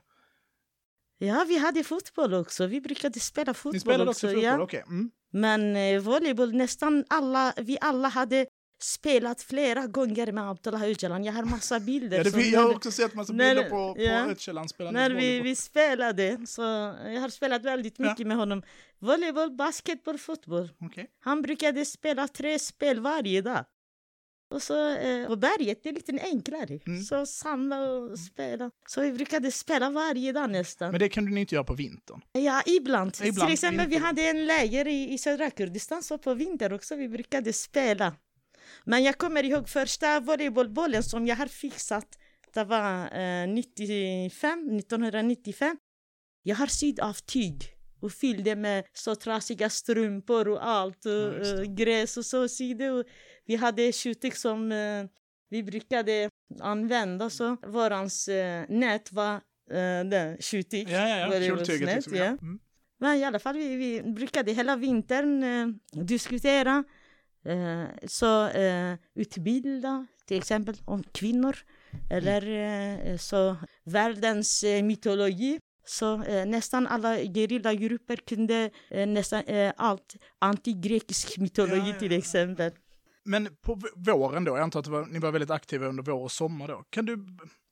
Ja, vi hade fotboll också. Vi brukade spela fotboll. Ni spelade också, också fotboll, ja. okej. Okay. Mm. Men eh, volleyboll, nästan alla, vi alla hade spelat flera gånger med Abdullah Öcalan. Jag har massa bilder. Ja, det, jag har också sett massa när, bilder på, på ja, Öcalan spelande när volleyboll. vi, vi spelade, så jag har spelat väldigt mycket ja. med honom. Volleyboll, basketboll, fotboll. Okay. Han brukade spela tre spel varje dag. Och så eh, på berget, det är lite enklare. Mm. Så samla och spela. Så vi brukade spela varje dag nästan. Men det kunde ni inte göra på vintern? Ja, ibland. ibland Till exempel, vinter. vi hade en läger i, i södra Kurdistan, så på vinter också vi brukade spela. Men jag kommer ihåg första volleybollbollen som jag har fixat. Det var eh, nittiofem, nittonhundranittiofem. Jag har sydd av tyg och fyllde med så trasiga strumpor och allt. Och, ja, och gräs och så sydde. Och vi hade tjutik som eh, vi brukade använda. Så vårans eh, nät var eh, den tjutik. Ja, ja, ja. Kjoltyget liksom, ja. Mm. Men i alla fall, vi, vi brukade hela vintern eh, diskutera. Eh, så eh, utbilda till exempel om kvinnor. Eller eh, så världens eh, mytologi. Så eh, nästan alla gerillagrupper kunde eh, nästan eh, allt antigrekisk mytologi ja, ja, ja. till exempel. Men på våren då, jag antar att var, ni var väldigt aktiva under vår och sommar då. Kan du,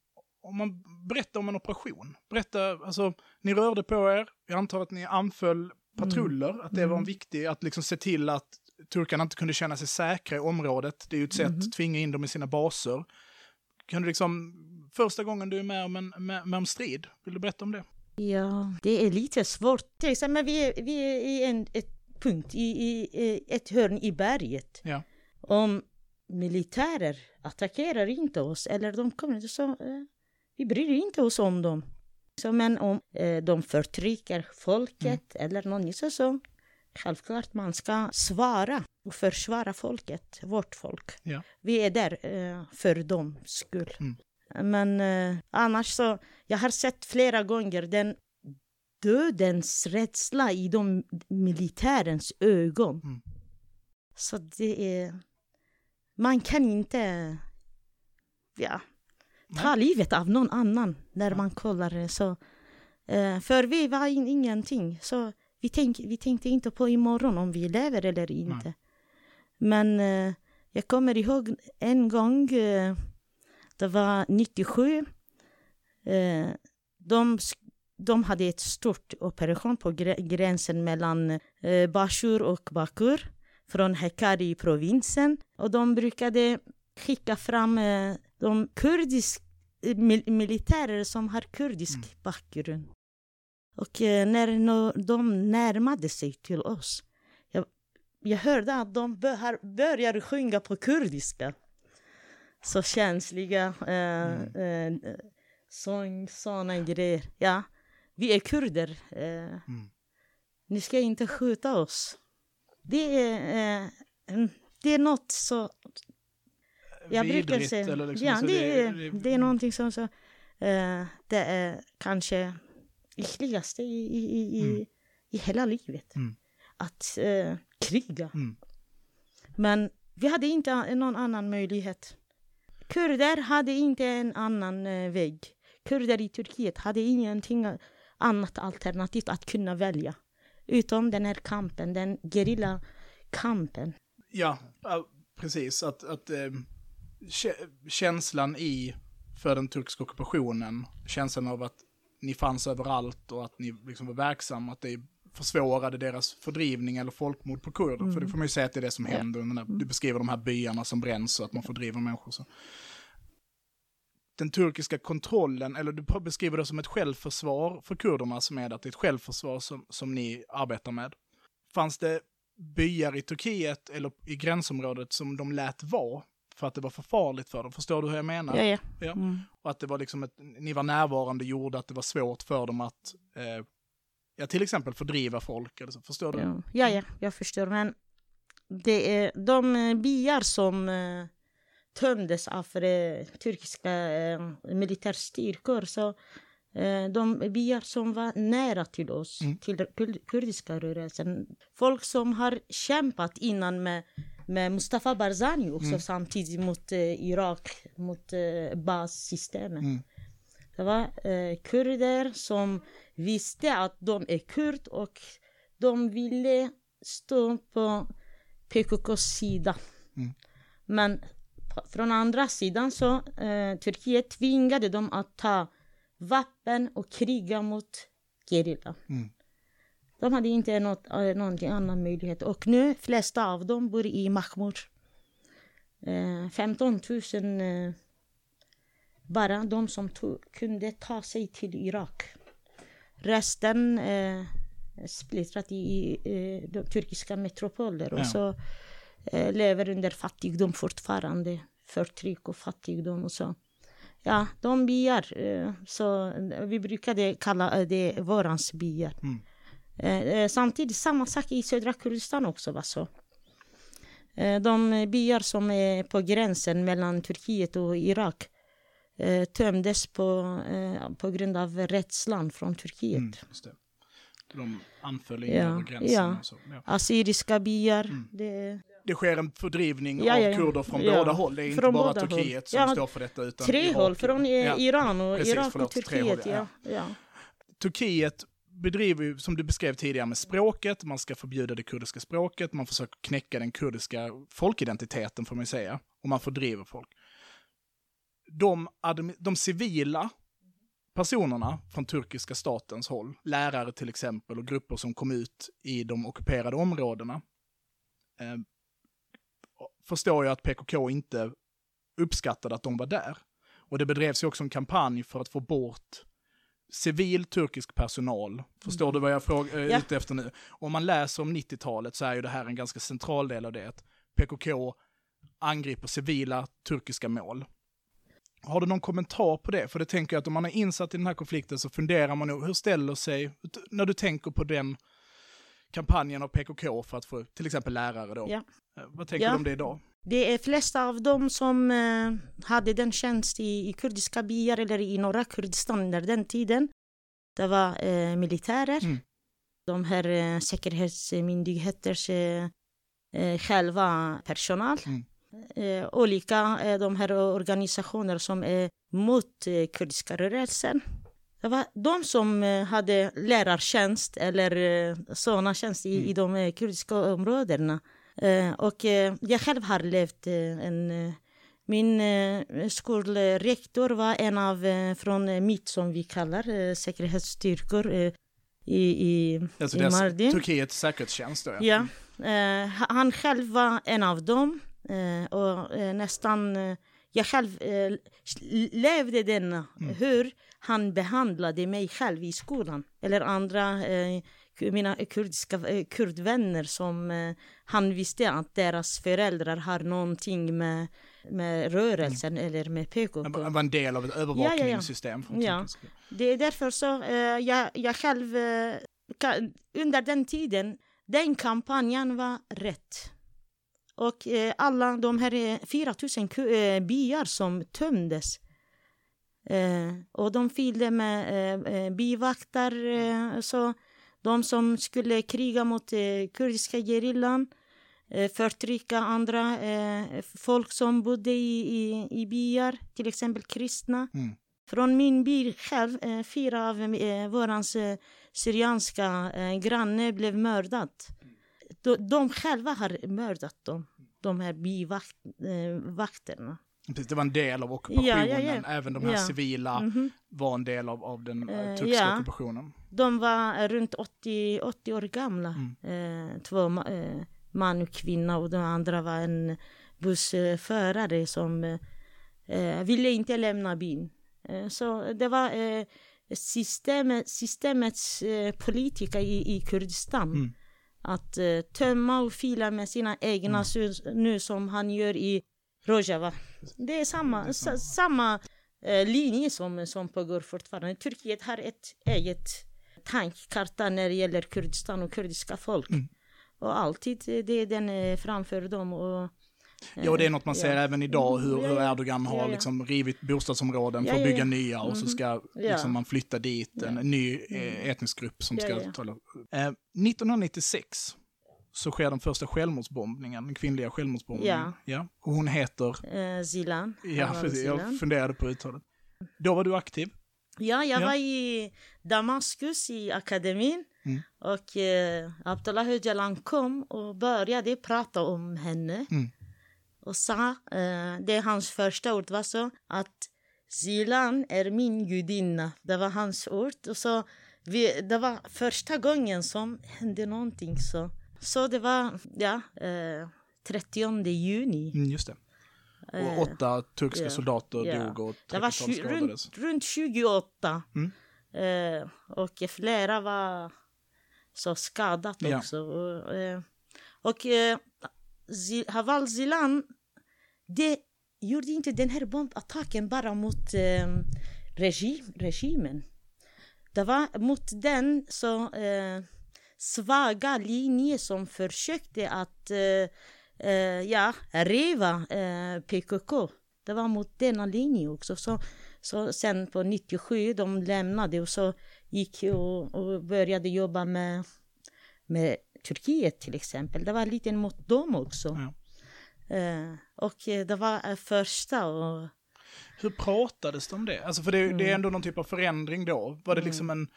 om man berättar om en operation, berätta, alltså ni rörde på er, jag antar att ni anföll patruller, mm. att det var en viktig, att liksom se till att turkarna inte kunde känna sig säkra i området. Det är ju ett sätt att mm. tvinga in dem i sina baser. Kan du liksom, första gången du är med om en med, med om strid, vill du berätta om det? Ja, det är lite svårt. Till exempel, vi är, vi är i en ett punkt, i, i ett hörn i berget. Ja. Om militärer attackerar inte oss, eller de kommer inte så, eh, vi bryr inte oss om dem. Så, men om eh, de förtrycker folket mm. eller någon så, så självklart man ska svara och försvara folket, vårt folk. Ja. Vi är där eh, för dem skull. Mm. Men eh, annars så, jag har sett flera gånger den dödens rädsla i de militärens ögon. Mm. Så det är, man kan inte ja, ta Nej. livet av någon annan när ja. man kollar så. Eh, för vi var in, ingenting, så vi, tänk, vi tänkte inte på imorgon om vi lever eller inte. Nej. Men eh, jag kommer ihåg en gång, eh, det var nittiosju. Eh, de, de hade ett stort operation på gr- gränsen mellan eh, Bashur och Bakur från Hakkari-provinsen. Och de brukade skicka fram eh, de kurdisk, eh, mil- militärer som har kurdisk mm. bakgrund. Och eh, när no, de närmade sig till oss, jag, jag hörde att de bör, började sjunga på kurdiska. Så känsliga eh, mm. eh, sång, såna grejer. Ja, vi är kurder. Eh, mm. Ni ska inte skjuta oss. det är, eh, det är något så... Jag Vidrigt, brukar säga... eller liksom, ja, så det, det, är, det, det är någonting som så... Eh, det är kanske äckligaste i, i, i, Mm. i hela livet. Mm. Att eh, kriga. Mm. Men vi hade inte någon annan möjlighet. Kurder hade inte en annan eh, väg. Kurder i Turkiet hade ingenting annat alternativt att kunna välja. Utom den här kampen, den gerilla-kampen. Ja, ja, precis. Att, att eh, kä- känslan i för den turkiska ockupationen, känslan av att ni fanns överallt och att ni liksom var verksamma, att det försvårade deras fördrivning eller folkmord på kurder. Mm. För det får man ju säga att det är det som ja. händer. När du beskriver de här byarna som bränns och att man fördriver människor. Så. Den turkiska kontrollen, eller du beskriver det som ett självförsvar för kurderna, som är att det är ett självförsvar som, som ni arbetar med. Fanns det byar i Turkiet eller i gränsområdet som de lät vara för att det var för farligt för dem? Förstår du hur jag menar? Ja, ja. ja. Mm. Och att det var liksom ett, ni var närvarande gjorde att det var svårt för dem att eh, ja, till exempel fördriva folk. Eller så. Förstår du? Ja, ja, ja, jag förstår. Men det är de byar som eh, tömdes av eh, turkiska eh, militärstyrkor, så eh, de byar som var nära till oss, mm. till kur- kurdiska rörelsen. Folk som har kämpat innan med, med Mustafa Barzani också, mm. samtidigt mot eh, Irak, mot eh, bassystemet. Mm. Det var eh, kurder som visste att de är kurd och de ville stå på P K K:s sida. Mm. Men från andra sidan så eh, Turkiet tvingade dem att ta vapen och kriga mot gerilla. Mm. De hade inte något, äh, någonting annan möjlighet. Och nu flesta av dem bor i Mahmur. Eh, femton tusen eh, bara de som tog, kunde ta sig till Irak. Resten eh, splittrat i, i eh, de turkiska metropoler. Ja. Och så eh, lever under fattigdom fortfarande. Förtryck och fattigdom och så. Ja, de byar. Eh, så vi brukade kalla det vårans byar. Mm. Eh, samtidigt samma sak i södra Kurdistan också var så. Eh, de byar som är på gränsen mellan Turkiet och Irak eh, tömdes på, eh, på grund av rädslan från Turkiet. Mm, just det. De anföll in ja, över gränsen. Ja. Och så. Ja. Assyriska byar. Mm. Det... det sker en fördrivning ja, ja, ja. av kurder från ja. båda håll. Det är från inte bara Turkiet håll. som ja, står för detta. Utan tre Irak. håll, från ja. Iran och Precis, Irak förlåt, och Turkiet. Håll, ja. Ja. Turkiet bedriver ju, som du beskrev tidigare, med språket. Man ska förbjuda det kurdiska språket. Man försöker knäcka den kurdiska folkidentiteten, får man säga. Och man fördriver folk. De, de civila personerna från turkiska statens håll, lärare till exempel och grupper som kom ut i de ockuperade områdena, eh, förstår jag att P K K inte uppskattade att de var där. Och det bedrevs ju också en kampanj för att få bort civil turkisk personal. Förstår mm. du vad jag frågar äh, ja. ute efter nu? Om man läser om nittiotalet så är ju det här en ganska central del av det. Att P K K angriper civila turkiska mål. Har du någon kommentar på det? För det tänker jag att om man är insatt i den här konflikten så funderar man nog, hur ställer sig, när du tänker på den kampanjen av P K K för att få till exempel lärare då. Ja. Vad tänker ja. du om det idag? Det är flesta av dem som eh, hade den tjänst i, i kurdiska byar eller i norra Kurdistan under den tiden. Det var eh, militärer. Mm. De här eh, säkerhetsmyndigheters eh, själva personal. Mm. Eh, olika eh, de här organisationer som är mot eh, kurdiska rörelsen. Det var de som eh, hade lärartjänst eller eh, sådana tjänst i, mm. i de eh, kurdiska områdena. Eh, och eh, jag själv har levt eh, en... Eh, min eh, skolrektor var en av eh, från eh, M I T som vi kallar eh, säkerhetsstyrkor eh, i, i, alltså i Mardin. Turkiets säkerhetstjänst då, ja. Ja. Eh, han själv var en av dem. Eh, och eh, nästan... Eh, jag själv eh, levde denna. Mm. Hur han behandlade mig själv i skolan. Eller andra... Eh, mina kurdiska eh, kurdvänner som eh, han visste att deras föräldrar har någonting med, med rörelsen mm. eller med P K K. Det var en del av ett övervakningssystem. Ja, ja, ja. Det är därför så eh, jag, jag själv eh, under den tiden den kampanjen var rätt. Och eh, alla de här fyra tusen eh, byar som tömdes. Eh, och de fyllde med eh, bivakter. Eh, så de som skulle kriga mot eh, kurdiska gerillan. Eh, förtrycka andra eh, folk som bodde i, i, i byar. Till exempel kristna. Mm. Från min by själv, eh, fyra av eh, vårans eh, syrianska eh, grannar blev mördat. De, de själva har mördat dem, de här bivakterna. Eh, det var en del av ockupationen, ja, ja, ja. även de här ja. civila mm-hmm. var en del av, av den eh, turkiska ja. ockupationen. De var runt åttio, åttio år gamla, mm. eh, två eh, man och kvinna, och den andra var en bussförare som eh, ville inte lämna byn. Så det var eh, systemet, systemets eh, politika i, i Kurdistan. Mm. Att eh, tömma och fila med sina egna mm. sus, nu som han gör i Rojava. Det är samma, det är samma. S- samma eh, linje som, som pågår fortfarande. Turkiet har ett eget tankkarta när det gäller Kurdistan och kurdiska folk. Mm. Och alltid det är den eh, framför dem. Och ja, det är något man ser ja. även idag, hur, hur Erdogan har ja, ja. Liksom rivit bostadsområden för att bygga ja, ja. nya och mm-hmm. så ska liksom, ja. man flytta dit ja. en ny eh, etnisk grupp som ja, ska ja. tala. Eh, nittonhundranittiosex så sker den första självmordsbombningen, den kvinnliga självmordsbombningen. Ja. Ja. Och hon heter? Eh, Zilan. Ja, för, jag funderade på uttalet. Då var du aktiv? Ja, jag ja. var i Damaskus i akademin. Mm. Och eh, Abdullah Öcalan kom och började prata om henne. Mm. Och sa, eh, det är hans första ord var så, att Zilan är min gudinna. Det var hans ord. Och så, vi, det var första gången som hände någonting så. Så det var, ja, eh, trettionde juni. Mm, just det. Och åtta turkiska ja, soldater ja. dog och det var tjugo, runt, runt tjugoåtta. Mm. Eh, och flera var så skadat också. Ja. Och, eh, och eh, Haval Zilan, det gjorde inte den här bombattacken bara mot eh, regim, regimen. Det var mot den så eh, svaga linje som försökte att eh, eh, ja, riva eh, P K K. Det var mot denna linje också. Så, så sen på nittiosju de lämnade och så gick och, och började jobba med, med Turkiet till exempel. Det var lite mot dem också. Ja. Uh, och det var första. Och... Hur pratades det om det? Alltså för det, mm. det är ändå någon typ av förändring då. Var det mm. liksom en...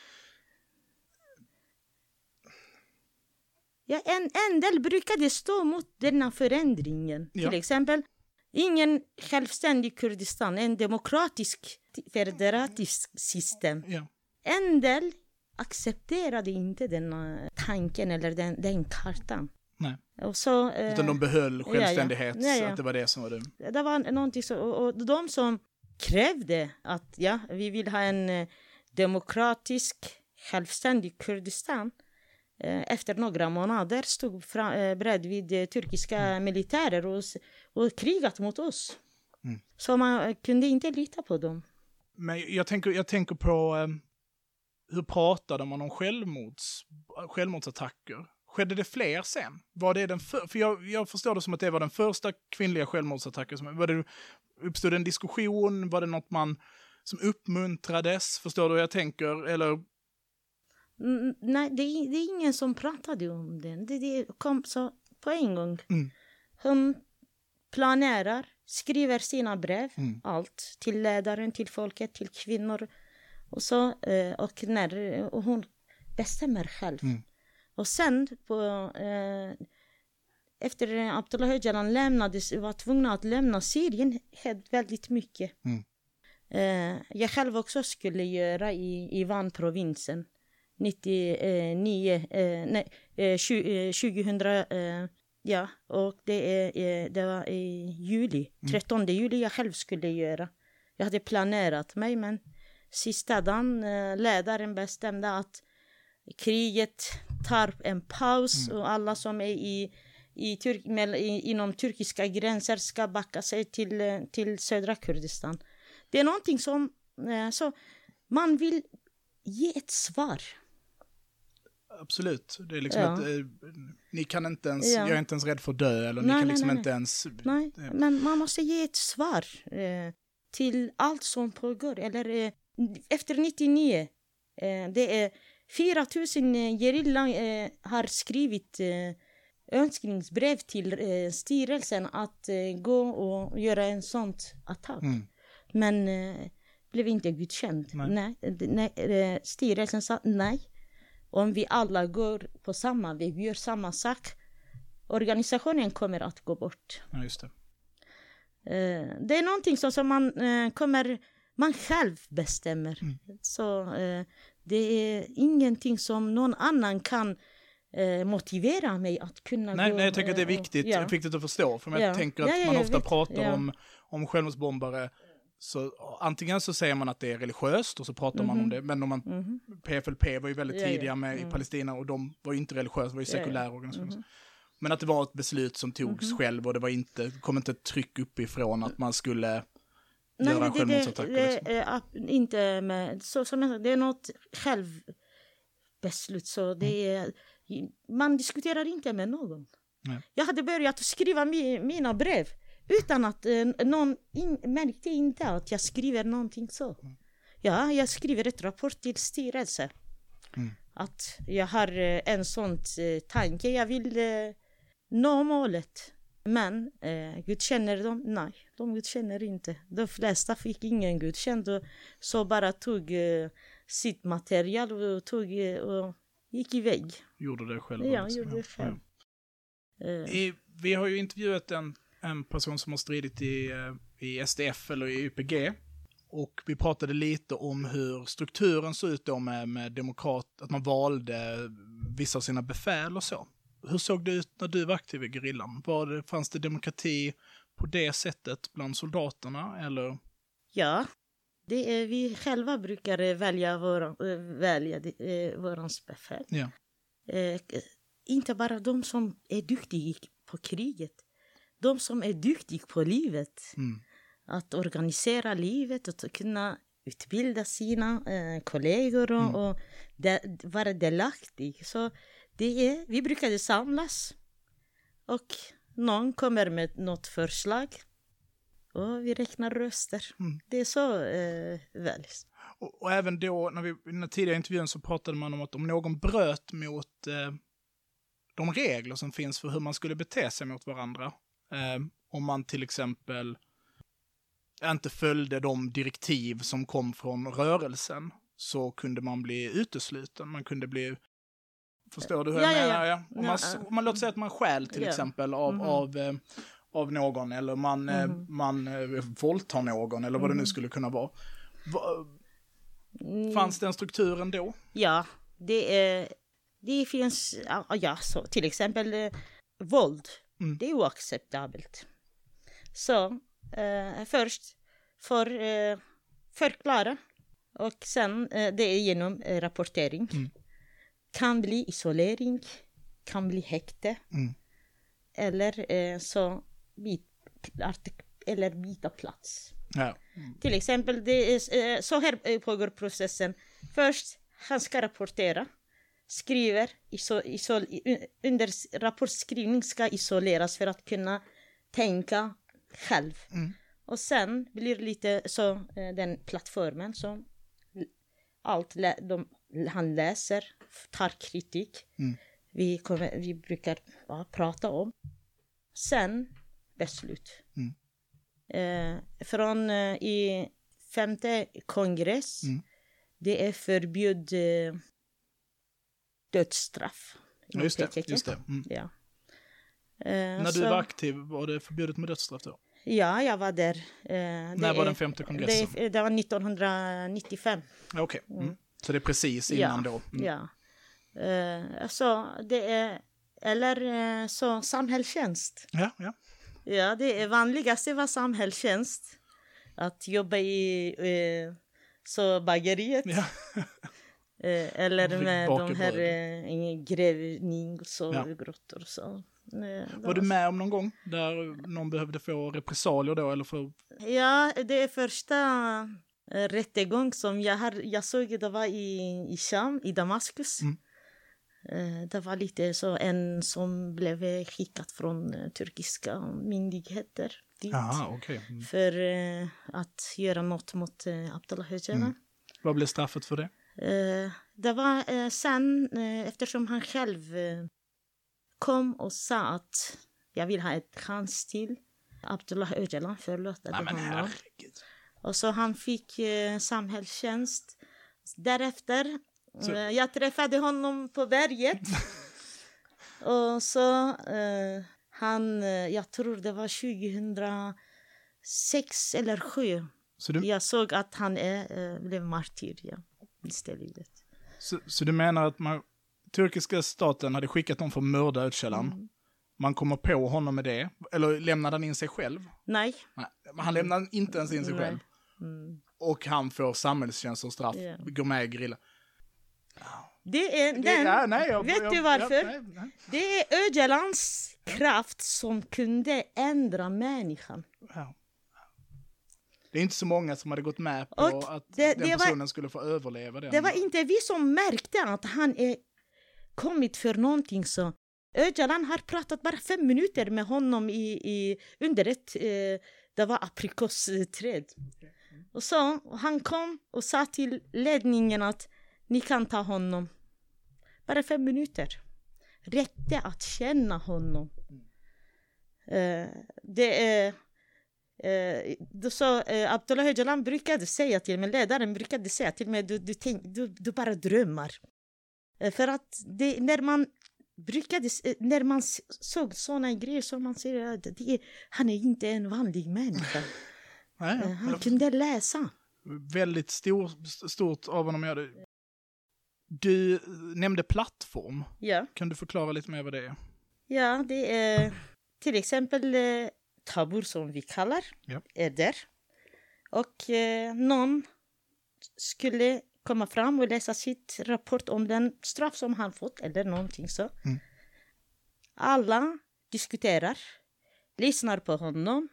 Ja, en, en del brukade stå mot denna förändringen. Ja. Till exempel, ingen självständig Kurdistan, en demokratisk federatisk system. Ja. En del accepterade inte den tanken eller den, den kartan. Nej. Och så, eh, Utan de behöll självständighet, ja, ja. Ja, ja. Så att det var det som var det. Det var någonting så, och, och de som krävde att ja, vi vill ha en eh, demokratisk, självständig Kurdistan, eh, efter några månader stod fra, eh, bredvid eh, turkiska mm. militärer och, och krigat mot oss. Mm. Så man eh, kunde inte lita på dem. Men jag tänker, jag tänker på eh, hur pratade man om självmords, självmordsattacker? Skedde det fler sen? Var det den för, för jag, jag förstår det som att det var den första kvinnliga självmordsattacken. Som, var det, uppstod en diskussion? Var det något man som uppmuntrades? Förstår du vad jag tänker? Eller... Mm, nej, det är, det är ingen som pratade om den. Det, det kom så på en gång. Mm. Hon planerar, skriver sina brev, mm. allt. Till ledaren, till folket, till kvinnor. Och, så, och, när, och hon bestämmer själv. Mm. Och sen på, eh, efter Abdullah Öcalan lämnades, var tvungna att lämna Syrien hände väldigt mycket. Mm. Eh, jag själv också skulle göra i, i Van-provinsen nittionio, eh, nej, eh, tjugohundra, eh, ja, och det, eh, det var i juli, trettonde juli jag själv skulle göra. Jag hade planerat mig, men sista dagen eh, ledaren bestämde att kriget tar en paus mm. och alla som är i, i Turk, med, i, inom turkiska gränser ska backa sig till, till södra Kurdistan. Det är någonting som eh, så man vill ge ett svar. absolut. Det är liksom Ja. att eh, ni kan inte ens, Ja. jag är inte ens rädd för att dö, eller ni Nej, kan nej, liksom nej, inte ens... Nej, eh, men man måste ge ett svar eh, till allt som pågår. Eller, eh, efter nittionio, eh, det är fyra tusen eh, gerilla eh, har skrivit eh, önskningsbrev till eh, styrelsen att eh, gå och göra en sån attack. Mm. Men eh, blev inte godkänd. Nej. Nej. Nej, eh, styrelsen sa nej. Om vi alla går på samma väg, vi gör samma sak, organisationen kommer att gå bort. Ja, just det. Eh, det är någonting som, som man eh, kommer, man själv bestämmer. Mm. Så eh, det är ingenting som någon annan kan eh, motivera mig att kunna Nej, gå. nej, jag tänker att det är eh, viktigt, ja. viktigt att förstå. För jag Ja. tänker att Ja, ja, man jag ofta vet. pratar Ja. om, om självmordsbombare. Så antingen så säger man att det är religiöst och så pratar man om Mhm. det. Men om man, Mhm. P F L P var ju väldigt Ja, ja. tidiga med i Mm. Palestina och de var ju inte religiösa, det var ju Ja, ja. sekulära organisationer. Mhm. Men att det var ett beslut som togs Mhm. själv och det var inte, det kom inte ett tryck uppifrån att man skulle Nej, göra det, det, självmordsattacker. det liksom. är ab- inte med, så, som jag, det är något självbeslut. Så det är, man diskuterar inte med någon. Nej. Jag hade börjat skriva mi, mina brev utan att eh, någon in, märkte inte att jag skriver någonting så. Ja, jag skriver ett rapport till styrelsen. Mm. Att jag har eh, en sån eh, tanke, jag vill eh, nå målet. Men eh, godkänner de? Nej, de godkänner inte. De flesta fick ingen godkänd och så bara tog eh, sitt material och, tog, eh, och gick iväg. Gjorde det själv. Ja, liksom. gjorde det själv. Ja. Eh, I, vi har ju intervjuat en, en person som har stridit i, eh, i S D F eller i U P G. Och vi pratade lite om hur strukturen såg ut då med, med demokrat, att man valde vissa av sina befäl och så. Hur såg det ut när du var aktiv i gerillan? Var det, fanns det demokrati på det sättet bland soldaterna eller? ja, det är, vi själva brukar eh, välja, våra, eh, välja eh, vårans befäl. Ja. Eh, inte bara de som är duktiga på kriget. De som är duktiga på livet. Mm. Att organisera livet och att kunna utbilda sina eh, kollegor och, Mm. och de, vara delaktig. Så det är, vi brukade samlas och någon kommer med något förslag och vi räknar röster. Mm. Det är så eh, väljs. Och, och även då, när vi, i den tidigare intervjun så pratade man om att om någon bröt mot eh, de regler som finns för hur man skulle bete sig mot varandra. Eh, om man till exempel inte följde de direktiv som kom från rörelsen så kunde man bli utesluten. Man kunde bli... Förstår du hur Ja, jag ja, menar? ja. Ja. Om, man, Ja, om man låter säga att man stjäl till ja. exempel av, Mhm. av, eh, av någon eller man, eh, Mhm. man eh, våldtar någon eller vad det nu Mhm. skulle kunna vara. Va, Mm. fanns den strukturen då? Ja, det, är, det finns, ja, ja så, till exempel eh, våld. Mm. Det är oacceptabelt. Så eh, först för eh, förklara och sen eh, det är genom eh, rapportering. Mm. Kan bli isolering, kan bli häkte Mm. eller eh, så bit, eller byta plats. Ja. Till exempel, det är, eh, så här eh, pågår processen. Först, han ska rapportera. Skriver, iso, isol, i- under rapportskrivning ska isoleras för att kunna tänka själv. Mm. Och sen blir det lite så, eh, den plattformen som allt lä, de, han läser, tar kritik. Mm. Vi, kommer, vi brukar ja, prata om. Sen beslut. Mm. Eh, från eh, i femte kongress, Mm. det är förbjud eh, dödsstraff. Ja, just det. P K K. Just det. Mm. Ja. Eh, När så, du var aktiv var det förbjudet med dödsstraff då? Ja, jag var där. Eh, När var den femte kongressen? Det, det var nittonhundranittiofem. Ja, Okej. Okay. Mm. Mm. Så det är precis innan då? Mm. Ja. Eh, så det är, eller eh, så samhällstjänst. Ja, ja. Ja, det är vanligaste var samhällstjänst. Att jobba i eh, så bageriet. ja. Eh, eller Fick med baka de här bröd. eh, grävning och så, Ja. grottor och så. Eh, det Var du med om någon gång där någon behövde få repressalier då? Eller för... Ja, det är första eh, rättegång som jag, har, jag såg, det var i, i Sham, i Damaskus. Mm. Eh, det var lite så en som blev skickad från eh, turkiska myndigheter dit. Aha, okay. Mm. För eh, att göra något mot eh, Abdullah Öcalan. Mm. Vad blev straffet för det? Eh, det var eh, sen, eh, eftersom han själv eh, kom och sa att jag vill ha ett chans till. Abdullah Öcalan förlåtade Nej, men honom. herregud. Och så han fick eh, samhällstjänst. Därefter, Så. eh, jag träffade honom på berget. Och så, eh, han, eh, jag tror det var tjugohundrasex eller sju. Så du, Jag såg att han är, eh, blev martyr, ja, istället. så, så du menar att man, turkiska staten hade skickat någon för att mörda Öcalan? Mm. Man kommer på honom med det? Eller lämnade han in sig själv? Nej. Nej, han lämnar inte ens in sig Nej. själv. Mm. Och han får samhällstjänst och straff, Ja. går med i grilla. Det är den, Det, ja, nej, jag, vet jag, du varför? Ja, nej, nej. Det är Öcalans kraft som kunde ändra människan. Ja. Det är inte så många som hade gått med på Och att det- den det var- personen skulle få överleva den. Det var inte vi som märkte att han är kommit för någonting så. Öcalan har pratat bara fem minuter med honom i, i, under ett, eh, det var aprikosträd. Och så och han kom och sa till ledningen att ni kan ta honom. Bara fem minuter. Räckte att känna honom. Eh, det är... Eh, då så, eh, Abdullah Öcalan brukade säga till mig, ledaren brukade säga till mig, du, du, tänk, du, du bara drömmar. Eh, för att det, när man brukade, eh, när man s- såg såna grejer så man säger att det, är- han är inte en vanlig människa. Nej, Eh, ja. han kunde läsa. Väldigt stor, stort av honom. Jag hade... Du nämnde plattform. Ja. Kan du förklara lite mer vad det är? Ja, det är till exempel eh, tabur som vi kallar Ja. är där. Och eh, någon skulle komma fram och läsa sitt rapport om den straff som han fått eller någonting så. Mm. Alla diskuterar, lyssnar på honom,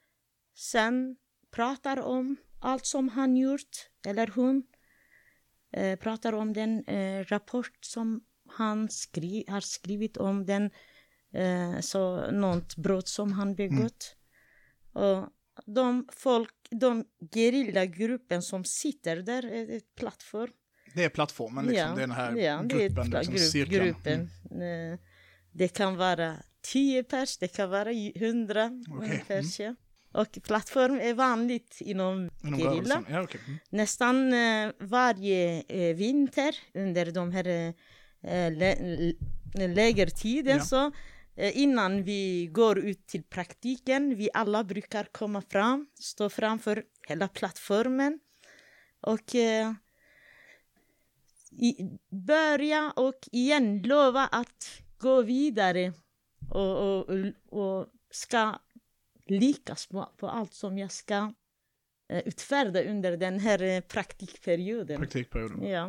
sen pratar om allt som han gjort eller hon. Eh, pratar om den eh, rapport som han skri- har skrivit om den eh, så något brott som han begått. Och de folk, de gerillagruppen som sitter där är ett plattform. Det är plattformen, liksom. Ja, det är den här ja, det är gruppen, ett pla- liksom, grupp, cirkeln. gruppen. Eh, Det kan vara tio pers, det kan vara hundra Okej, ungefär. mm. Ja. Och plattform är vanligt inom Inom gerilla. rörelsen. Ja, okej. Mm. Nästan eh, varje eh, vinter under de här eh, lä- lägertiden Ja. så eh, innan vi går ut till praktiken, vi alla brukar komma fram, stå framför hela plattformen och eh, i, börja och igen lova att gå vidare och, och, och, och ska lyckas på, på allt som jag ska eh, utfärda under den här eh, praktikperioden. Praktikperioden. Ja.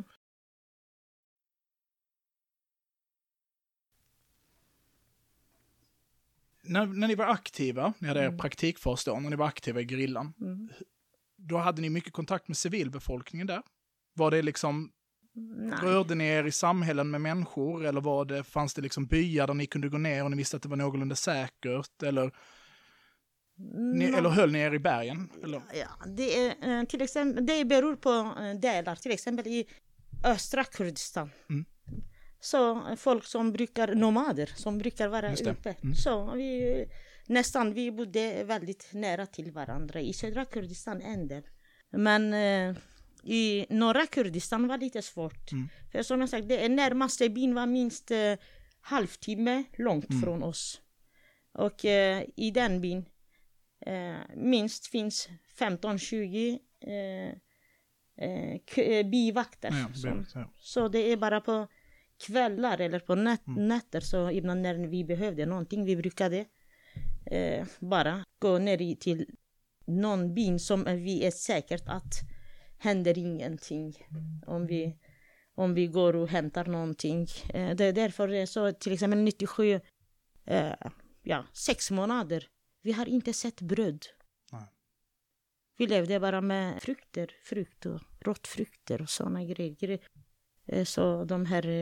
När, när ni var aktiva, ni hade er Mm. praktikfas då, när ni var aktiva i gerillan, Mm. då hade ni mycket kontakt med civilbefolkningen där? Var det liksom, Nej. rörde ni er i samhällen med människor, eller var det, fanns det liksom byar där ni kunde gå ner och ni visste att det var någorlunda säkert, eller, ni, Mm. eller höll ni er i bergen? Eller? Ja, det, är, eh, till exempel, det beror på eh, delar. Till exempel i östra Kurdistan. Mm. Så eh, folk som brukar, nomader, som brukar vara Just det. uppe. Mm. Så vi, nästan, vi bodde väldigt nära till varandra. I södra Kurdistan en del. Men eh, i norra Kurdistan var det lite svårt. Mm. För som jag sagt, det närmaste byn var minst eh, halvtimme långt Mm. från oss. Och eh, i den byn eh, minst finns femton tjugo eh, eh, k- eh, bivakter. Ja, som, ja. så det är bara på kvällar eller på nät- Mm. nätter så ibland när vi behövde någonting vi brukade eh, bara gå ner i, till någon by som vi är säkert att händer ingenting om vi, om vi går och hämtar någonting. Eh, det är därför det är så till exempel nittiosju, eh, ja, sex månader. Vi har inte sett bröd. Nej. Vi levde bara med frukter, frukt och råttfrukter och sådana grejer. Eh, Så de här eh,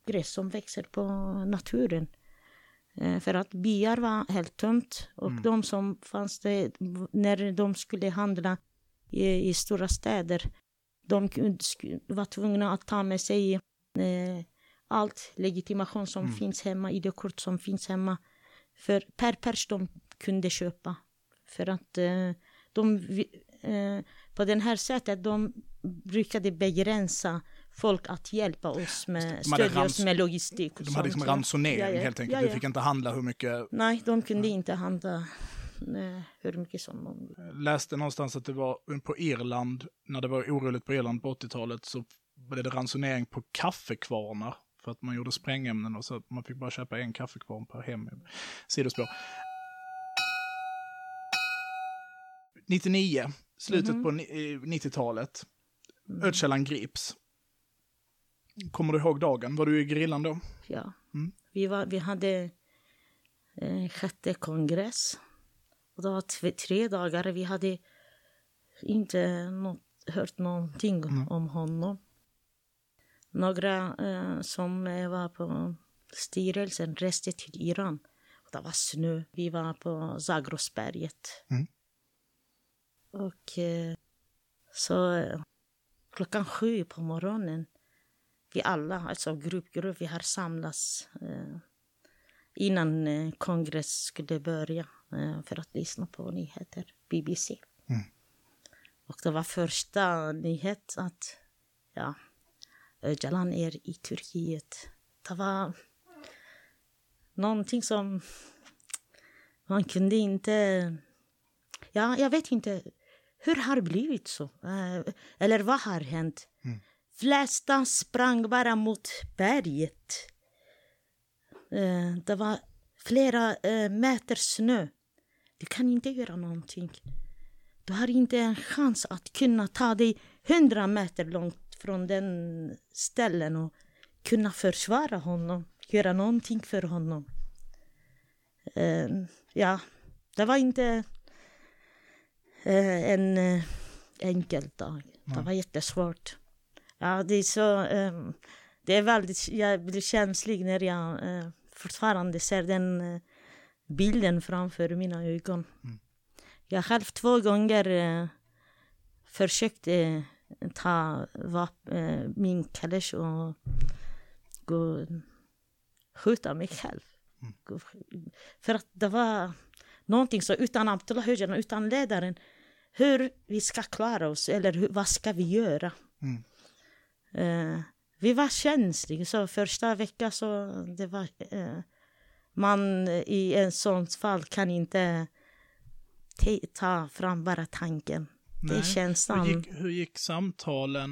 gräs som växer på naturen. Eh, för att byar var helt tömt. Och mm. de som fanns det, när de skulle handla i, i stora städer, de var tvungna att ta med sig eh, allt legitimation som mm. finns hemma, I D-kort som finns hemma. För per pers de kunde köpa. För att eh, de, eh, på den här sättet de brukade begränsa folk att hjälpa oss med, stödja oss med logistik. De hade liksom ransonering ja, ja. helt enkelt. Ja, ja. Du fick inte handla hur mycket... Nej, de kunde ja. inte handla nej, hur mycket som de... Jag läste någonstans att det var på Irland, när det var oroligt på Irland på åttiotalet, så var det ransonering på kaffekvarnar. För att man gjorde sprängämnen och så man fick bara köpa en kaffekvarn per hem. Sidospår. nittionio, slutet mm-hmm. på nittiotalet. Mm. Öcalan grips. Kommer du ihåg dagen? Var du i gerillan då? Ja. Mm. Vi, var, vi hade en sjätte kongress. Och det var t- tre dagar. Vi hade inte något, hört någonting mm. om honom. Några eh, som var på styrelsen reste till Iran. Och det var snö. Vi var på Zagrosberget. Mm. Och eh, så eh, klockan sju på morgonen. Vi alla, alltså grupp, grupp, vi har samlats eh, innan eh, kongress skulle börja eh, för att lyssna på nyheter, B B C. Mm. Och det var första nyhet att ja, Öcalan är i Turkiet. Det var någonting som man kunde inte... Ja, jag vet inte hur har det blivit så? Eh, eller vad har hänt? Mm. Flesta sprang bara mot berget. Eh, det var flera eh, meter snö. Du kan inte göra någonting. Du har inte en chans att kunna ta dig hundra meter långt från den ställen och kunna försvara honom. Göra någonting för honom. Eh, ja, det var inte eh, en eh, enkel dag. Det var jättesvårt. Ja, det är så... Um, det är väldigt... Jag blir känslig när jag uh, fortfarande ser den uh, bilden framför mina ögon. Mm. Jag själv två gånger uh, försökte uh, ta vap- uh, min kalash och gå skjuta mig själv. Mm. Gå, för att det var någonting så utan Abdullah Öcalan, utan ledaren. Hur vi ska klara oss eller hur, vad ska vi göra? Mm. Uh, vi var känsliga så första veckan så det var uh, man i en sån fall kan inte te- ta fram bara tanken. Nej. Det är känslan. Hur gick, hur gick samtalen?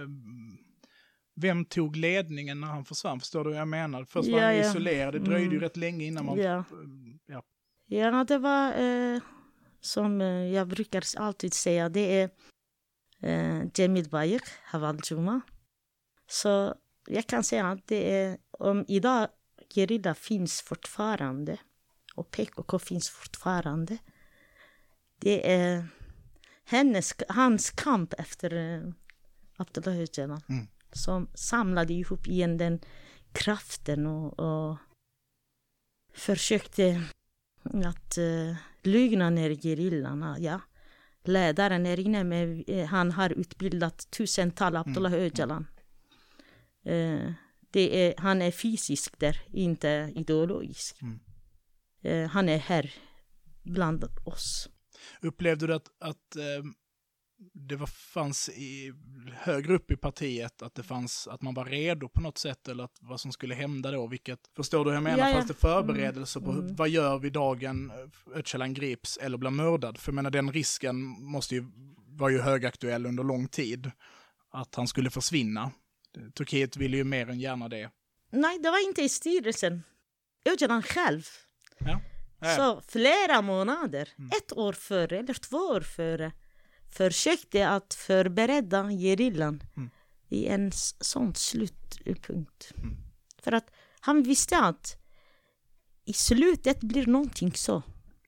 Vem tog ledningen när han försvann? Förstår du vad jag menar? Först var ja, han ja. isolerad. Det dröjde mm. ju rätt länge innan man... Ja, ja. ja det var uh, som uh, jag brukar alltid säga. Det är uh, Cemil Bayık, Haval Juma. Så jag kan säga att det är, om idag gerilla finns fortfarande och P K K finns fortfarande. Det är hennes, hans kamp efter uh, Abdullah Öcalan mm. som samlade ihop igen den kraften och, och försökte att uh, lugna ner gerillarna. Ja. Ledaren är inne med, uh, han har utbildat tusental Abdullah mm. Öcalan. Uh, det är, han är fysisk där, inte ideologisk. Mm. Uh, han är här bland oss. Upplevde du att, att uh, det var, fanns i, högre upp i partiet att det fanns att man var redo på något sätt eller att vad som skulle hända då? Vilket, förstår du hur jag menar? Ja, ja. Fanns det förberedelser mm. på hur, vad gör vi dagen Öcalan grips eller blir mördad? För jag menar, den risken måste ju, var ju högaktuell under lång tid att han skulle försvinna. Turkiet ville ju mer än gärna det. Nej, det var inte i styrelsen. Öcalan själv. Ja. Ja. Så flera månader, mm. ett år före eller två år före, försökte att förbereda gerillan mm. i en sån slutpunkt. Mm. För att han visste att i slutet blir någonting så.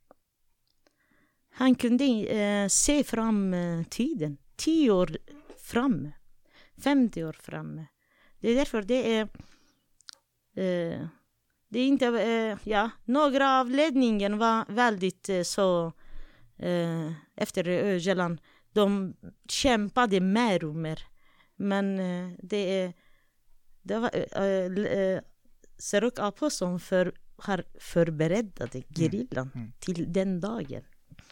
Han kunde eh, se fram eh, tiden. Tio år framme. femtio år framme. Det är därför det är Eh, det är inte, eh, ja, några av ledningen var väldigt eh, så, eh, efter Öcalan, de kämpade mer och mer. Men eh, det är, det var eh, eh, Serok Apo som för, har förberedde gerillan mm. Mm. till den dagen.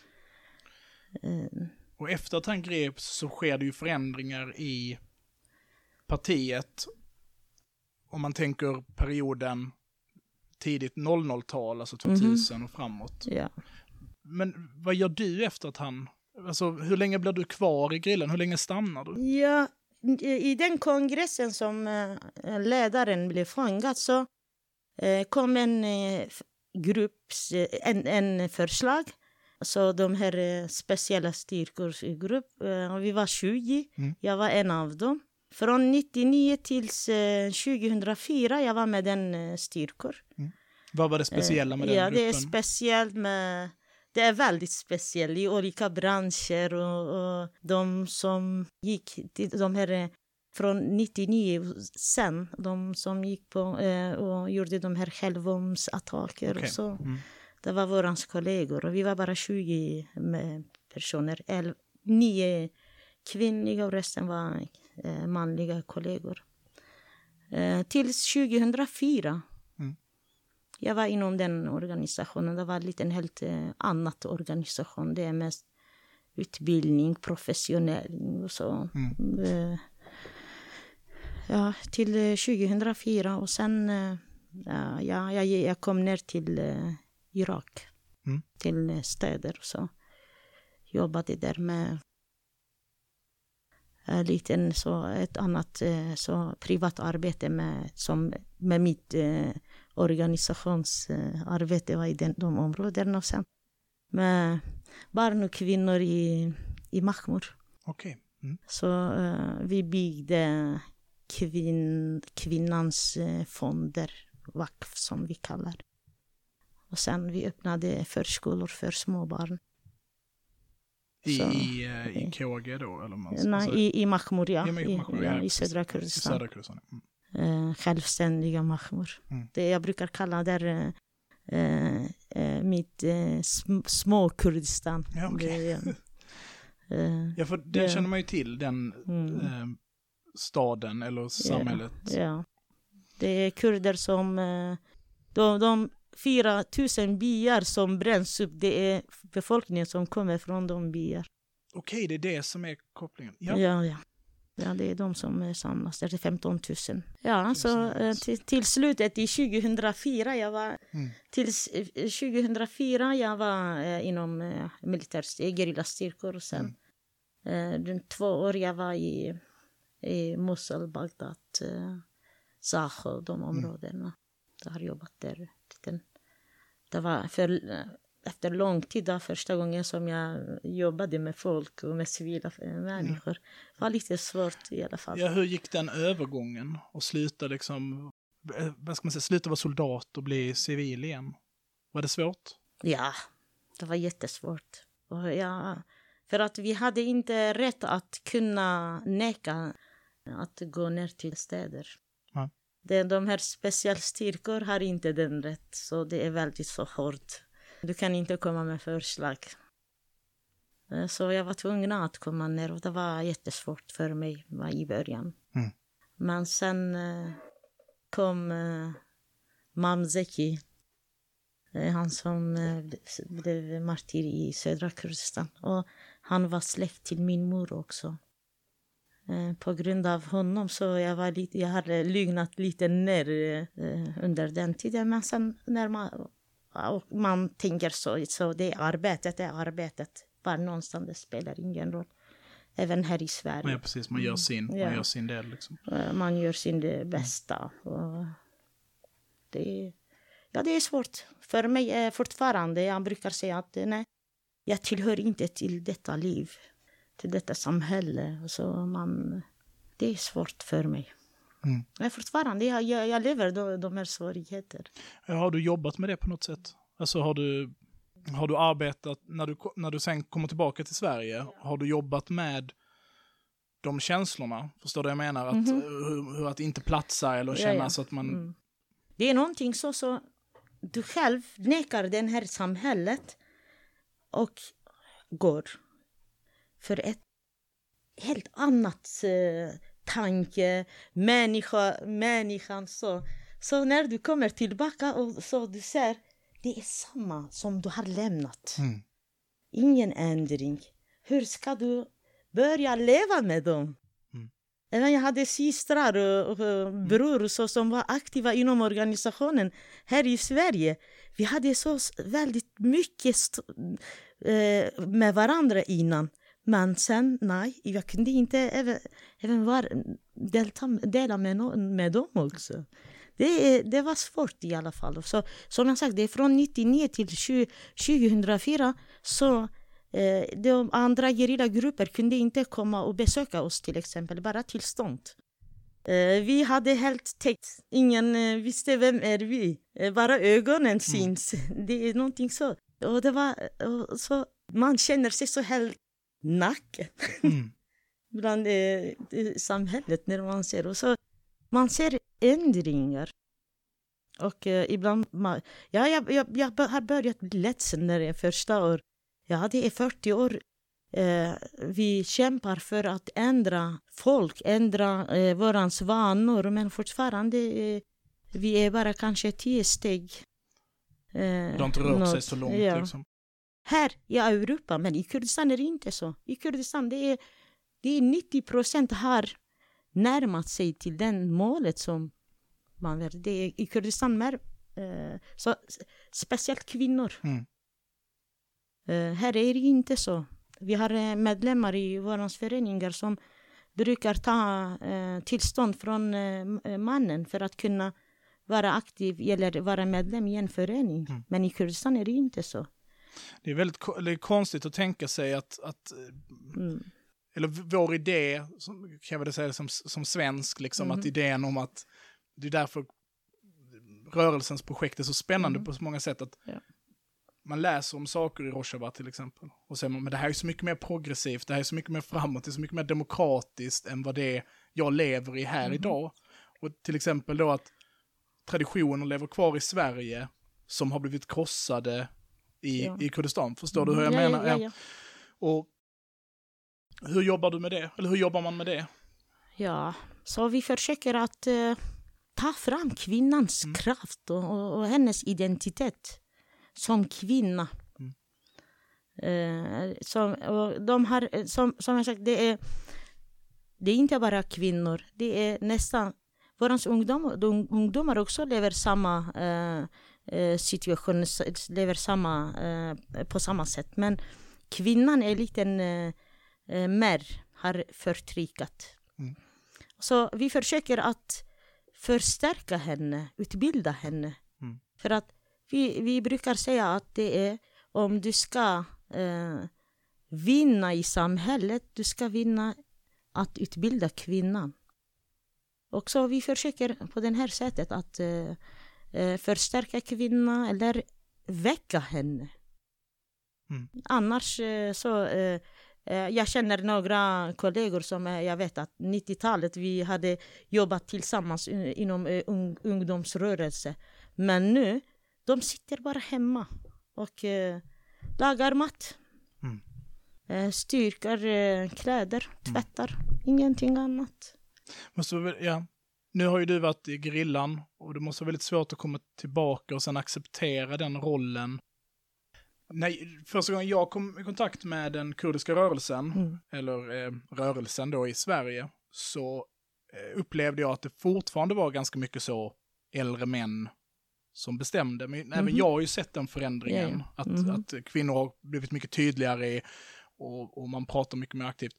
Eh. Och efter att han greps så sker det ju förändringar i partiet. Om man tänker perioden tidigt noll noll-tal, alltså tvåtusen mm-hmm. och framåt. Ja. Men vad gör du efter att han... Alltså, hur länge blir du kvar i grillen? Hur länge stannar du? Ja, i den kongressen som äh, ledaren blev fångad så äh, kom en äh, grupps, äh, en, en förslag. Så de här äh, speciella styrkorsgrupp, äh, vi var tjugo, mm. jag var en av dem. Från nittionio till eh, tjugohundrafyra jag var med den eh, styrkor. Mm. Vad var det speciella med eh, den ja, gruppen? Ja, det är speciellt med... Det är väldigt speciellt i olika branscher. Och, och de som gick till de här... Från nittionio sen, de som gick på eh, och gjorde de här självmordsattacker okay. och så. Mm. Det var våra kollegor och vi var bara tjugo personer. elva, nio kvinnliga och resten var... manliga kollegor. Eh, tills tjugohundrafyra. Mm. Jag var inom den organisationen. Det var lite en helt eh, annat organisation. Det är mest utbildning, professionell och så. Mm. Eh, ja, till eh, tjugohundrafyra och sen eh, ja, jag, jag kom ner till eh, Irak. Mm. Till eh, städer och så. Jobbade där med lite så ett annat så privat arbete med som med mitt eh, organisationsarbete var i den, de områdena och sen med barn och kvinnor i i Mahmur. Okej. Okay. Mm. Så eh, vi byggde kvinn, kvinnans eh, fonder, vakf som vi kallar. Och sen vi öppnade förskolor för småbarn. I, i, i K G då? Eller man, nej, alltså, i, i Mahmur, ja. I, i, Mahmur, ja, ja, i södra Kurdistan. I södra Kurdistan. Mm. Eh, självständiga Mahmur. Mm. Det jag brukar kalla det eh, eh, mitt eh, sm, små Kurdistan. Ja, okay. det, eh, ja, för det eh, känner man ju till, den mm. eh, staden eller samhället. Ja, ja. Det är kurder som... Eh, de... de fyra tusen byar som bränns upp, det är befolkningen som kommer från de byar. Okej, det är det som är kopplingen. Ja, ja, ja. ja det är de som samlas. Det är femton tusen. Ja, så till, till slutet i tjugohundrafyra, jag var, mm. tills tjugohundrafyra jag var eh, inom eh, militär gerillastyrkor och sen mm. eh, två år jag var i, i Mosul, Bagdad, eh, Zaho, de områdena. Mm. Jag har jobbat där. Det var för, efter lång tid då, första gången som jag jobbade med folk och med civila människor. Mm. Det var lite svårt i alla fall. Ja, hur gick den övergången och sluta liksom, vad ska man säga, sluta vara soldat och bli civil igen? Var det svårt? Ja, det var jättesvårt. Och ja, för att vi hade inte rätt att kunna neka att gå ner till städer. Ja. De här specialstyrkor har inte den rätt, så det är väldigt så hårt. Du kan inte komma med förslag. Så jag var tvungen att komma ner och det var jättesvårt för mig i början. Mm. Men sen kom Mamzeki, han som blev martyr i södra Kurdistan. Och han var släkt till min mor också. På grund av honom så jag var lite, jag hade lygnat lite ner eh, under den tiden. Men sen när man, man tänker så, så det är arbetet, det är arbetet. Var någonstans, det spelar ingen roll. Även här i Sverige. Ja, precis. Man gör sin, ja. man gör sin del. Liksom. Man gör sin det bästa. Och det, ja, det är svårt. För mig är fortfarande, jag brukar säga att nej, jag tillhör inte till detta liv. Till detta samhälle. Så man, det är svårt för mig. Mm. Men fortfarande, jag, jag, jag lever de, de här svårigheter. Ja, har du jobbat med det på något sätt? Alltså har du, har du arbetat, när du, när du sen kommer tillbaka till Sverige, ja. Har du jobbat med de känslorna? Förstår du vad jag menar? Att, mm-hmm. hur, hur att inte platsa eller känna ja, ja. Så att man... Mm. det är någonting så, så du själv nekar den här samhället och går för ett helt annat eh, tanke, människa, människan så. Så när du kommer tillbaka och så du ser, det är samma som du har lämnat. Mm. Ingen ändring. Hur ska du börja leva med dem? Mm. Även jag hade systrar och, och bror så, som var aktiva inom organisationen här i Sverige. Vi hade så väldigt mycket st- eh, med varandra innan. Men sen, nej, jag kunde inte även, även var, delta, dela med, no, med dem också. Det, det var svårt i alla fall. Så, som jag sagt, det är från nittionio till tjugohundrafyra så eh, de andra gerillagrupper kunde inte komma och besöka oss till exempel, bara tillstånd. Eh, vi hade helt täckt, ingen eh, visste vem är vi, eh, bara ögonen syns. Mm. Det är någonting så. Och det var, och så man känner sig så helt nacken mm. bland eh, samhället när man ser. Och så man ser ändringar. Och eh, ibland... Man, ja, jag, jag, jag har börjat bli ledsen när det är första år. Jag hade i fyrtio år. Eh, vi kämpar för att ändra folk, ändra eh, vårans vanor. Men fortfarande, eh, vi är bara kanske tio steg. Eh, det har inte rört något, sig så långt ja. liksom. Här i Europa, men i Kurdistan är det inte så. I Kurdistan det är, det är nittio procent har närmat sig till den målet som man vill. Det är i Kurdistan mer, eh, så, speciellt kvinnor. Mm. Eh, här är det inte så. Vi har medlemmar i våra föreningar som brukar ta eh, tillstånd från eh, mannen för att kunna vara aktiv eller vara medlem i en förening. Mm. Men i Kurdistan är det inte så. Det är väldigt det är konstigt att tänka sig att, att mm. eller vår idé, som, kan jag väl säga som, som svensk, liksom, mm. att idén om att det är därför rörelsens projekt är så spännande mm. på så många sätt att ja. Man läser om saker i Rojava till exempel och säger man, men det här är så mycket mer progressivt, det här är så mycket mer framåt, det är så mycket mer demokratiskt än vad det är jag lever i här mm. idag. Och till exempel då att traditioner lever kvar i Sverige som har blivit krossade i, ja. i Kurdistan. Förstår du hur jag ja, menar? Ja, ja, ja. Och hur jobbar du med det? Eller hur jobbar man med det? Ja, så vi försöker att uh, ta fram kvinnans mm. kraft och, och, och hennes identitet som kvinna. Mm. Uh, som, och de har, som, som jag sagt, det är, det är inte bara kvinnor. Det är nästan, våra ungdomar, de, ungdomar också lever samma uh, situation, lever samma, uh, på samma sätt. Men kvinnan är lite uh, uh, mer har förtryckat. Mm. Så vi försöker att förstärka henne, utbilda henne. Mm. För att vi, vi brukar säga att det är om du ska uh, vinna i samhället, du ska vinna att utbilda kvinnan. Och så vi försöker på det här sättet att uh, uh, förstärka kvinnan eller väcka henne. Mm. Annars uh, så... Uh, uh, jag känner några kollegor som uh, jag vet att nittiotalet vi hade jobbat tillsammans uh, inom uh, un- ungdomsrörelse. Men nu, de sitter bara hemma och uh, lagar mat. Mm. Uh, styrkar uh, kläder, tvättar, mm. ingenting annat. Måste väl, ja. Nu har ju du varit i gerillan och det måste vara väldigt svårt att komma tillbaka och sen acceptera den rollen. Nej, första gången jag kom i kontakt med den kurdiska rörelsen, mm. eller eh, rörelsen då i Sverige, så eh, upplevde jag att det fortfarande var ganska mycket så äldre män som bestämde. Men mm. även jag har ju sett den förändringen, yeah. att, mm. att kvinnor har blivit mycket tydligare och, och man pratar mycket mer aktivt.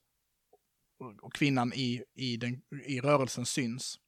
Och kvinnan i, i, den, i rörelsen syns.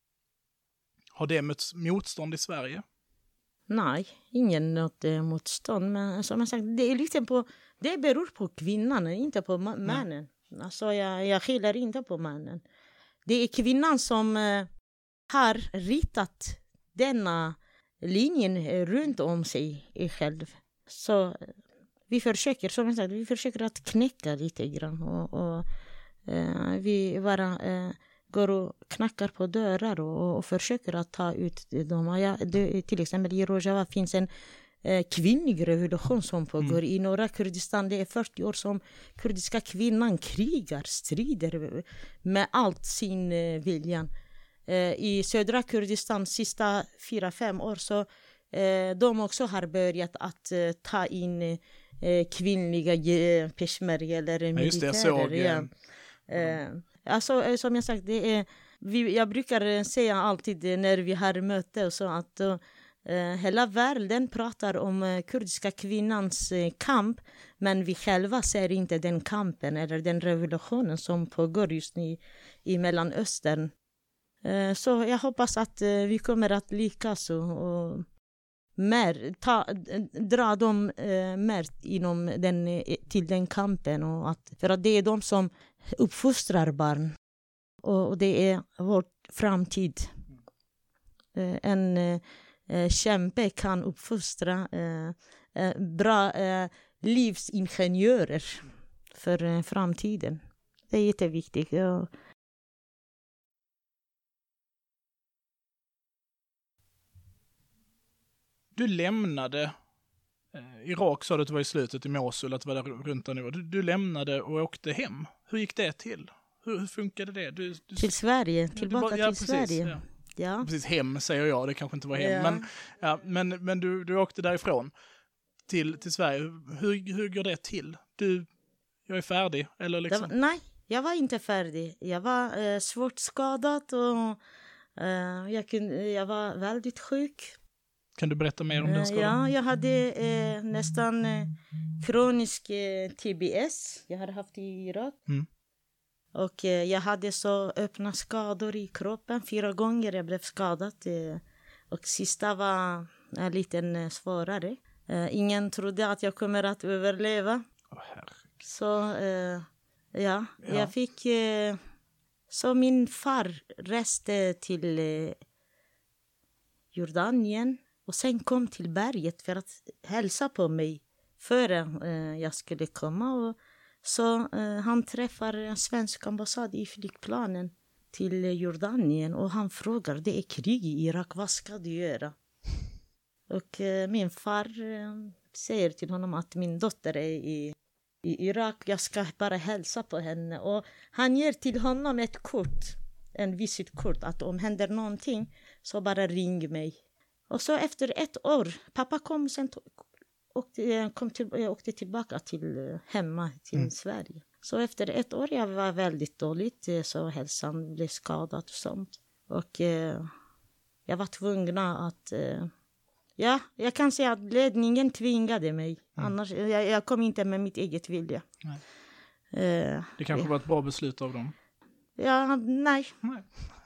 Har det mötts motstånd i Sverige? Nej, ingen något eh, motstånd. Men som jag sagt, det är lite på, det beror på kvinnan, inte på ma- mannen. Mm. Alltså jag, jag skiljer inte på mannen. Det är kvinnan som eh, har ritat denna linjen eh, runt om sig eh, själv. Så eh, vi försöker, som jag sagt, vi försöker att knäcka lite grann och, och Uh, vi, vara, uh, går och knackar på dörrar och, och försöker att ta ut dem. Ja, det, till exempel i Rojava finns en eh, kvinnlig revolution som pågår. Mm. I norra Kurdistan det är fyrtio år som kurdiska kvinnan krigar, strider med allt sin eh, viljan. Eh, I södra Kurdistan sista fyra, fem år så eh, de också har börjat att eh, ta in eh, kvinnliga eh, peshmerga eller militärer. Ja, just det, jag såg. Ja. Eh, alltså, som jag sagt, det är, vi, jag brukar säga alltid när vi har möte och så att eh, hela världen pratar om eh, kurdiska kvinnans eh, kamp, men vi själva ser inte den kampen eller den revolutionen som pågår just nu i, i Mellanöstern. Eh, så jag hoppas att eh, vi kommer att lyckas och, och mer, ta, dra dem eh, mer inom den, till den kampen. Och att, för att det är de som uppfostrar barn. Och, och det är vår framtid. Eh, en eh, kämpe kan uppfostra eh, eh, bra eh, livsingenjörer för eh, framtiden. Det är jätteviktigt. Ja. Du lämnade eh, Irak, sa du att det var i slutet i Mosul, att det var där runt där nu. Du, du lämnade och åkte hem. Hur gick det till? Hur, hur funkade det? Du, du, till Sverige, tillbaka bara, ja, till precis, Sverige. Ja. Ja. Precis, hem säger jag, det kanske inte var hem. Ja. Men, ja, men, men du, du åkte därifrån till, till Sverige. Hur, hur går det till? Du, jag är färdig, eller liksom? Var, nej, jag var inte färdig. Jag var eh, svårt skadad och eh, jag, kunde, jag var väldigt sjuk. Kan du berätta mer om den skadan? Ja, jag hade eh, nästan eh, kronisk eh, T B S. Jag hade haft i Irak. Mm. Och eh, jag hade så öppna skador i kroppen. Fyra gånger jag blev skadad. Eh, och sista var eh, lite eh, svårare. Eh, ingen trodde att jag kommer att överleva. Oh, så eh, ja, ja, jag fick... Eh, så min far reste till eh, Jordanien. Och sen kom till berget för att hälsa på mig före eh, jag skulle komma. Och så eh, han träffar en svensk ambassad i flygplanen till Jordanien. Och han frågar, det är krig i Irak, vad ska du göra? Och eh, min far eh, säger till honom att min dotter är i, i Irak. Jag ska bara hälsa på henne. Och han ger till honom ett kort, en visitkort. Att om händer någonting så bara ring mig. Och så efter ett år, pappa kom sen åkte, kom till, åkte tillbaka till hemma till mm. Sverige. Så efter ett år jag var väldigt dåligt, så hälsan blev skadad och sånt. Och eh, jag var tvungen att, eh, ja, jag kan säga att ledningen tvingade mig. Mm. Annars, jag, jag kom inte med mitt eget vilja. Nej. Eh, det kanske ja. var ett bra beslut av dem? Ja, nej. Nej.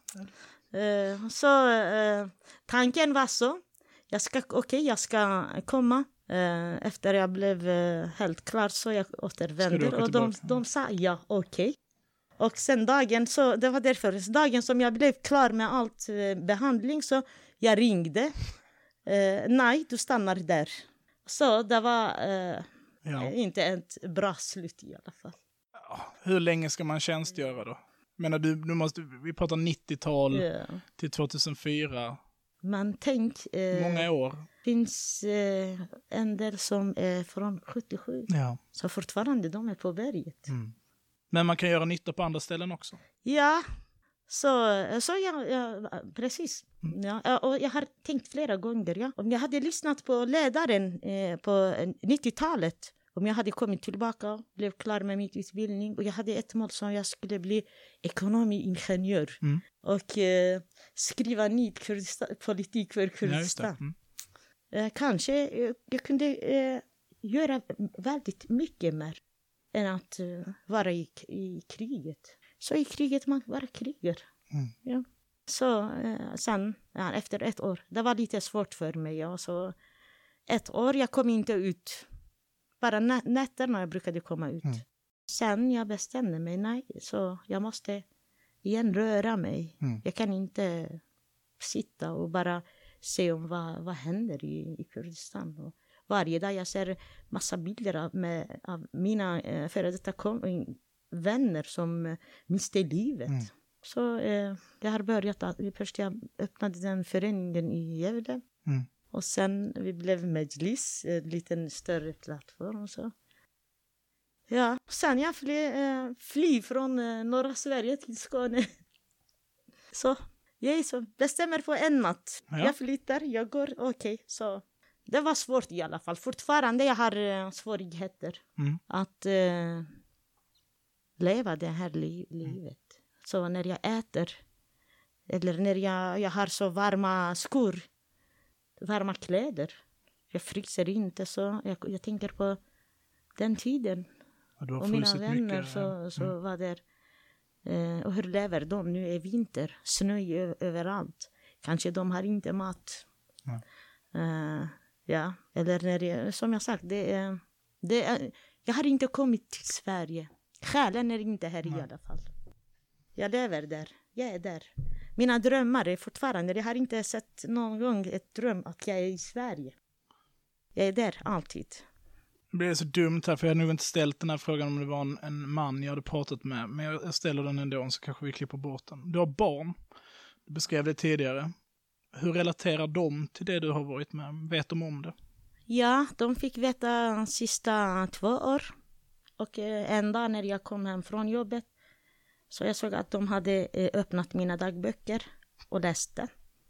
Uh, så uh, tanken var så, jag ska, okej, okay, jag ska komma. Uh, efter jag blev uh, helt klar så jag återvänder. Och de, de sa ja, okej. Okay. Och sen dagen, så det var därför, dagen som jag blev klar med allt uh, behandling så jag ringde. Uh, nej, du stannar där. Så det var uh, ja. inte ett bra slut i alla fall. Hur länge ska man tjänstgöra då? Men du, du måste, vi pratar nittiotal yeah. till tvåtusenfyra. Man tänk... Eh, många år. Finns eh, en del som är från sjuttiosju. Ja. Så fortfarande de är på berget. Mm. Men man kan göra nytta på andra ställen också. Ja, så, så ja, ja precis. Mm. Ja, och jag har tänkt flera gånger. Ja. Om jag hade lyssnat på ledaren eh, på nittiotalet. Om jag hade kommit tillbaka, blev klar med min utbildning och jag hade ett mål som jag skulle bli ekonomiingenjör mm. och eh, skriva ny politik för Kurdistan. Ja, mm. eh, kanske eh, jag kunde eh, göra väldigt mycket mer än att eh, vara i, i kriget. Så i kriget man bara krigar. Mm. Ja. Så eh, sen, ja, efter ett år, det var lite svårt för mig. Ja, så ett år, jag kom inte ut. Bara nä- nätterna jag brukade komma ut. Mm. Sen jag bestämde mig, nej, så jag måste igen röra mig. Mm. Jag kan inte sitta och bara se om vad, vad händer i, i Kurdistan. Och varje dag jag ser massa bilder av, med, av mina eh, före detta kom, vänner som eh, miste livet. Mm. Så eh, jag har börjat att, först jag öppnade den föreningen i Gävle. Mm. Och sen vi blev Medjlis, en liten större plattform och så. Ja, sen jag fly, eh, fly från eh, norra Sverige till Skåne. Så jag så bestämmer på en natt. Ja. Jag flyttar, jag går, okej. Okay, så det var svårt i alla fall. Fortfarande jag har eh, svårigheter Mm. att eh, leva det här li- livet. Mm. Så när jag äter, eller när jag, jag har så varma skor, varma kläder. Jag fryser inte, så jag, jag tänker på den tiden. Ja, och mina vänner mycket, så, ja. så mm. var där. Eh, och hur lever de? Nu är vinter, snö ö- överallt. Kanske de har inte mat. Ja. Eh, ja, eller när jag, som jag sagt, det är, det är, jag har inte kommit till Sverige. Själen är inte här Nej. i alla fall. Jag lever där, jag är där. Mina drömmar är fortfarande, jag har inte sett någon gång ett dröm att jag är i Sverige. Jag är där alltid. Det blir så dumt här, för jag hade nog inte ställt den här frågan om det var en, en man jag hade pratat med. Men jag, jag ställer den ändå, så kanske vi klipper bort den. Du har barn. Du beskrev det tidigare. Hur relaterar de till det du har varit med? Vet de om det? Ja, de fick veta sista två år. Och eh, en dag när jag kom hem från jobbet, så jag såg att de hade eh, öppnat mina dagböcker och läste.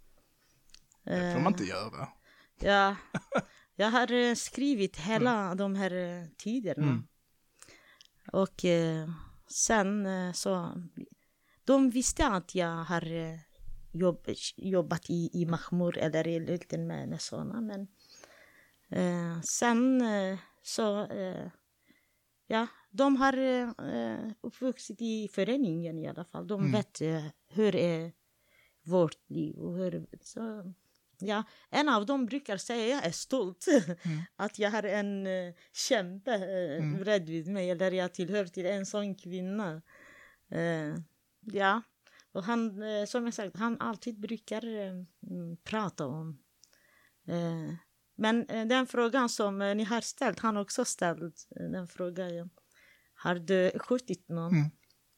Det får man inte göra. Ja, jag har eh, skrivit hela mm. de här eh, tiderna. Mm. Och eh, sen eh, så... De visste att jag har eh, jobb, jobbat i, i Mahmour eller i Lylten med sådana. Men eh, sen eh, så... Eh, ja, de har eh, uppvuxit i föreningen i alla fall. De mm. vet eh, hur är vårt liv. Och hur, så... Ja, en av dem brukar säga jag är stolt mm. att jag har en uh, kämpe uh, mm. bredvid mig, eller jag tillhör till en sån kvinna. Uh, ja, och han, uh, som jag sagt, han alltid brukar uh, prata om. Uh, men uh, den frågan som uh, ni har ställt, han också ställt uh, den frågan. Uh, har du skjutit någon? Mm.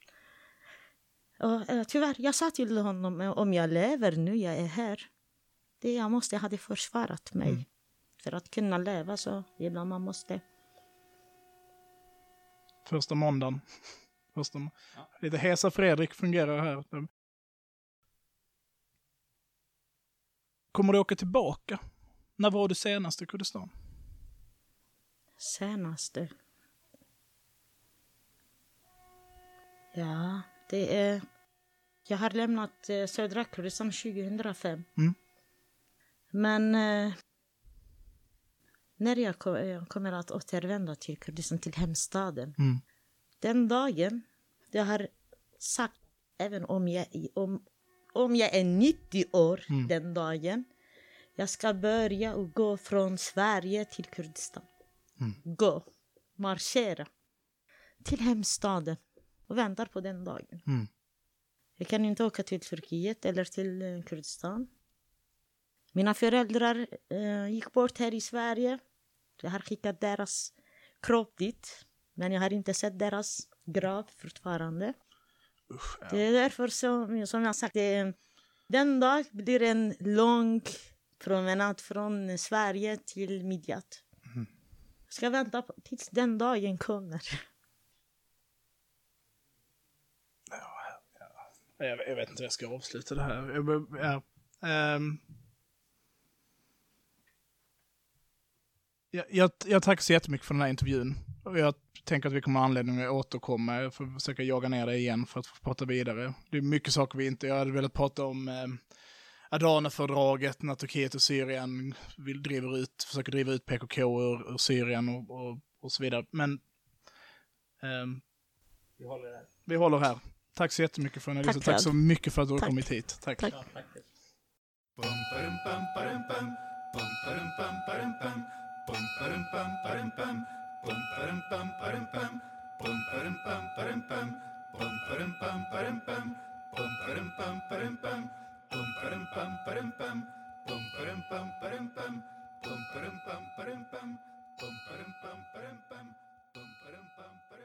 Och, uh, tyvärr, jag sa till honom, uh, om jag lever nu, jag är här. Det jag måste ha försvarat mig. Mm. För att kunna leva så ibland man måste. Första måndagen. Första må- ja. Lite Hesa Fredrik fungerar här. Kommer du åka tillbaka? När var du senast i Kurdistan? Senaste? Ja, det är... Jag har lämnat eh, södra Kurdistan tjugohundrafem. Mm. Men eh, när jag, kom, jag kommer att återvända till Kurdistan, till hemstaden. Mm. Den dagen, jag har sagt, även om jag, om, om jag är nittio år mm. den dagen, jag ska börja och gå från Sverige till Kurdistan. Mm. Gå, marschera till hemstaden och väntar på den dagen. Mm. Jag kan inte åka till Turkiet eller till eh, Kurdistan. Mina föräldrar eh, gick bort här i Sverige. Jag har skickat deras kropp dit. Men jag har inte sett deras grav fortfarande. Usch, ja. Det är därför som, som jag sagt, det, den dag blir en lång promenad från Sverige till Midjat. Mm. Jag ska vänta på, tills den dagen kommer. Ja, ja. Jag, jag vet inte hur jag ska avsluta det här. Jag, ja, um... Jag, jag, jag tackar så jättemycket för den här intervjun. Och jag tänker att vi kommer ha anledning att återkomma. Jag får försöka jaga ner det igen för att få prata vidare. Det är mycket saker vi inte... Jag hade velat prata om eh, Adana-fördraget när Turkiet och Syrien vill driva ut, försöker driva ut P K K ur, ur Syrien och, och, och så vidare. Men eh, vi håller här. Vi håller här. Tack så jättemycket för den här. Tack, tack så mycket för att du har kommit hit. Tack. Tack. Ja, tack. Bum parum pum parum pum bum parum pum parum pum bum parum pum parum pum bum parum pum parum pum bum parum pum parum pum bum parum pum parum pum bum parum pum parum pum bum parum pum parum pum bum parum pum parum pum bum parum pum parum pum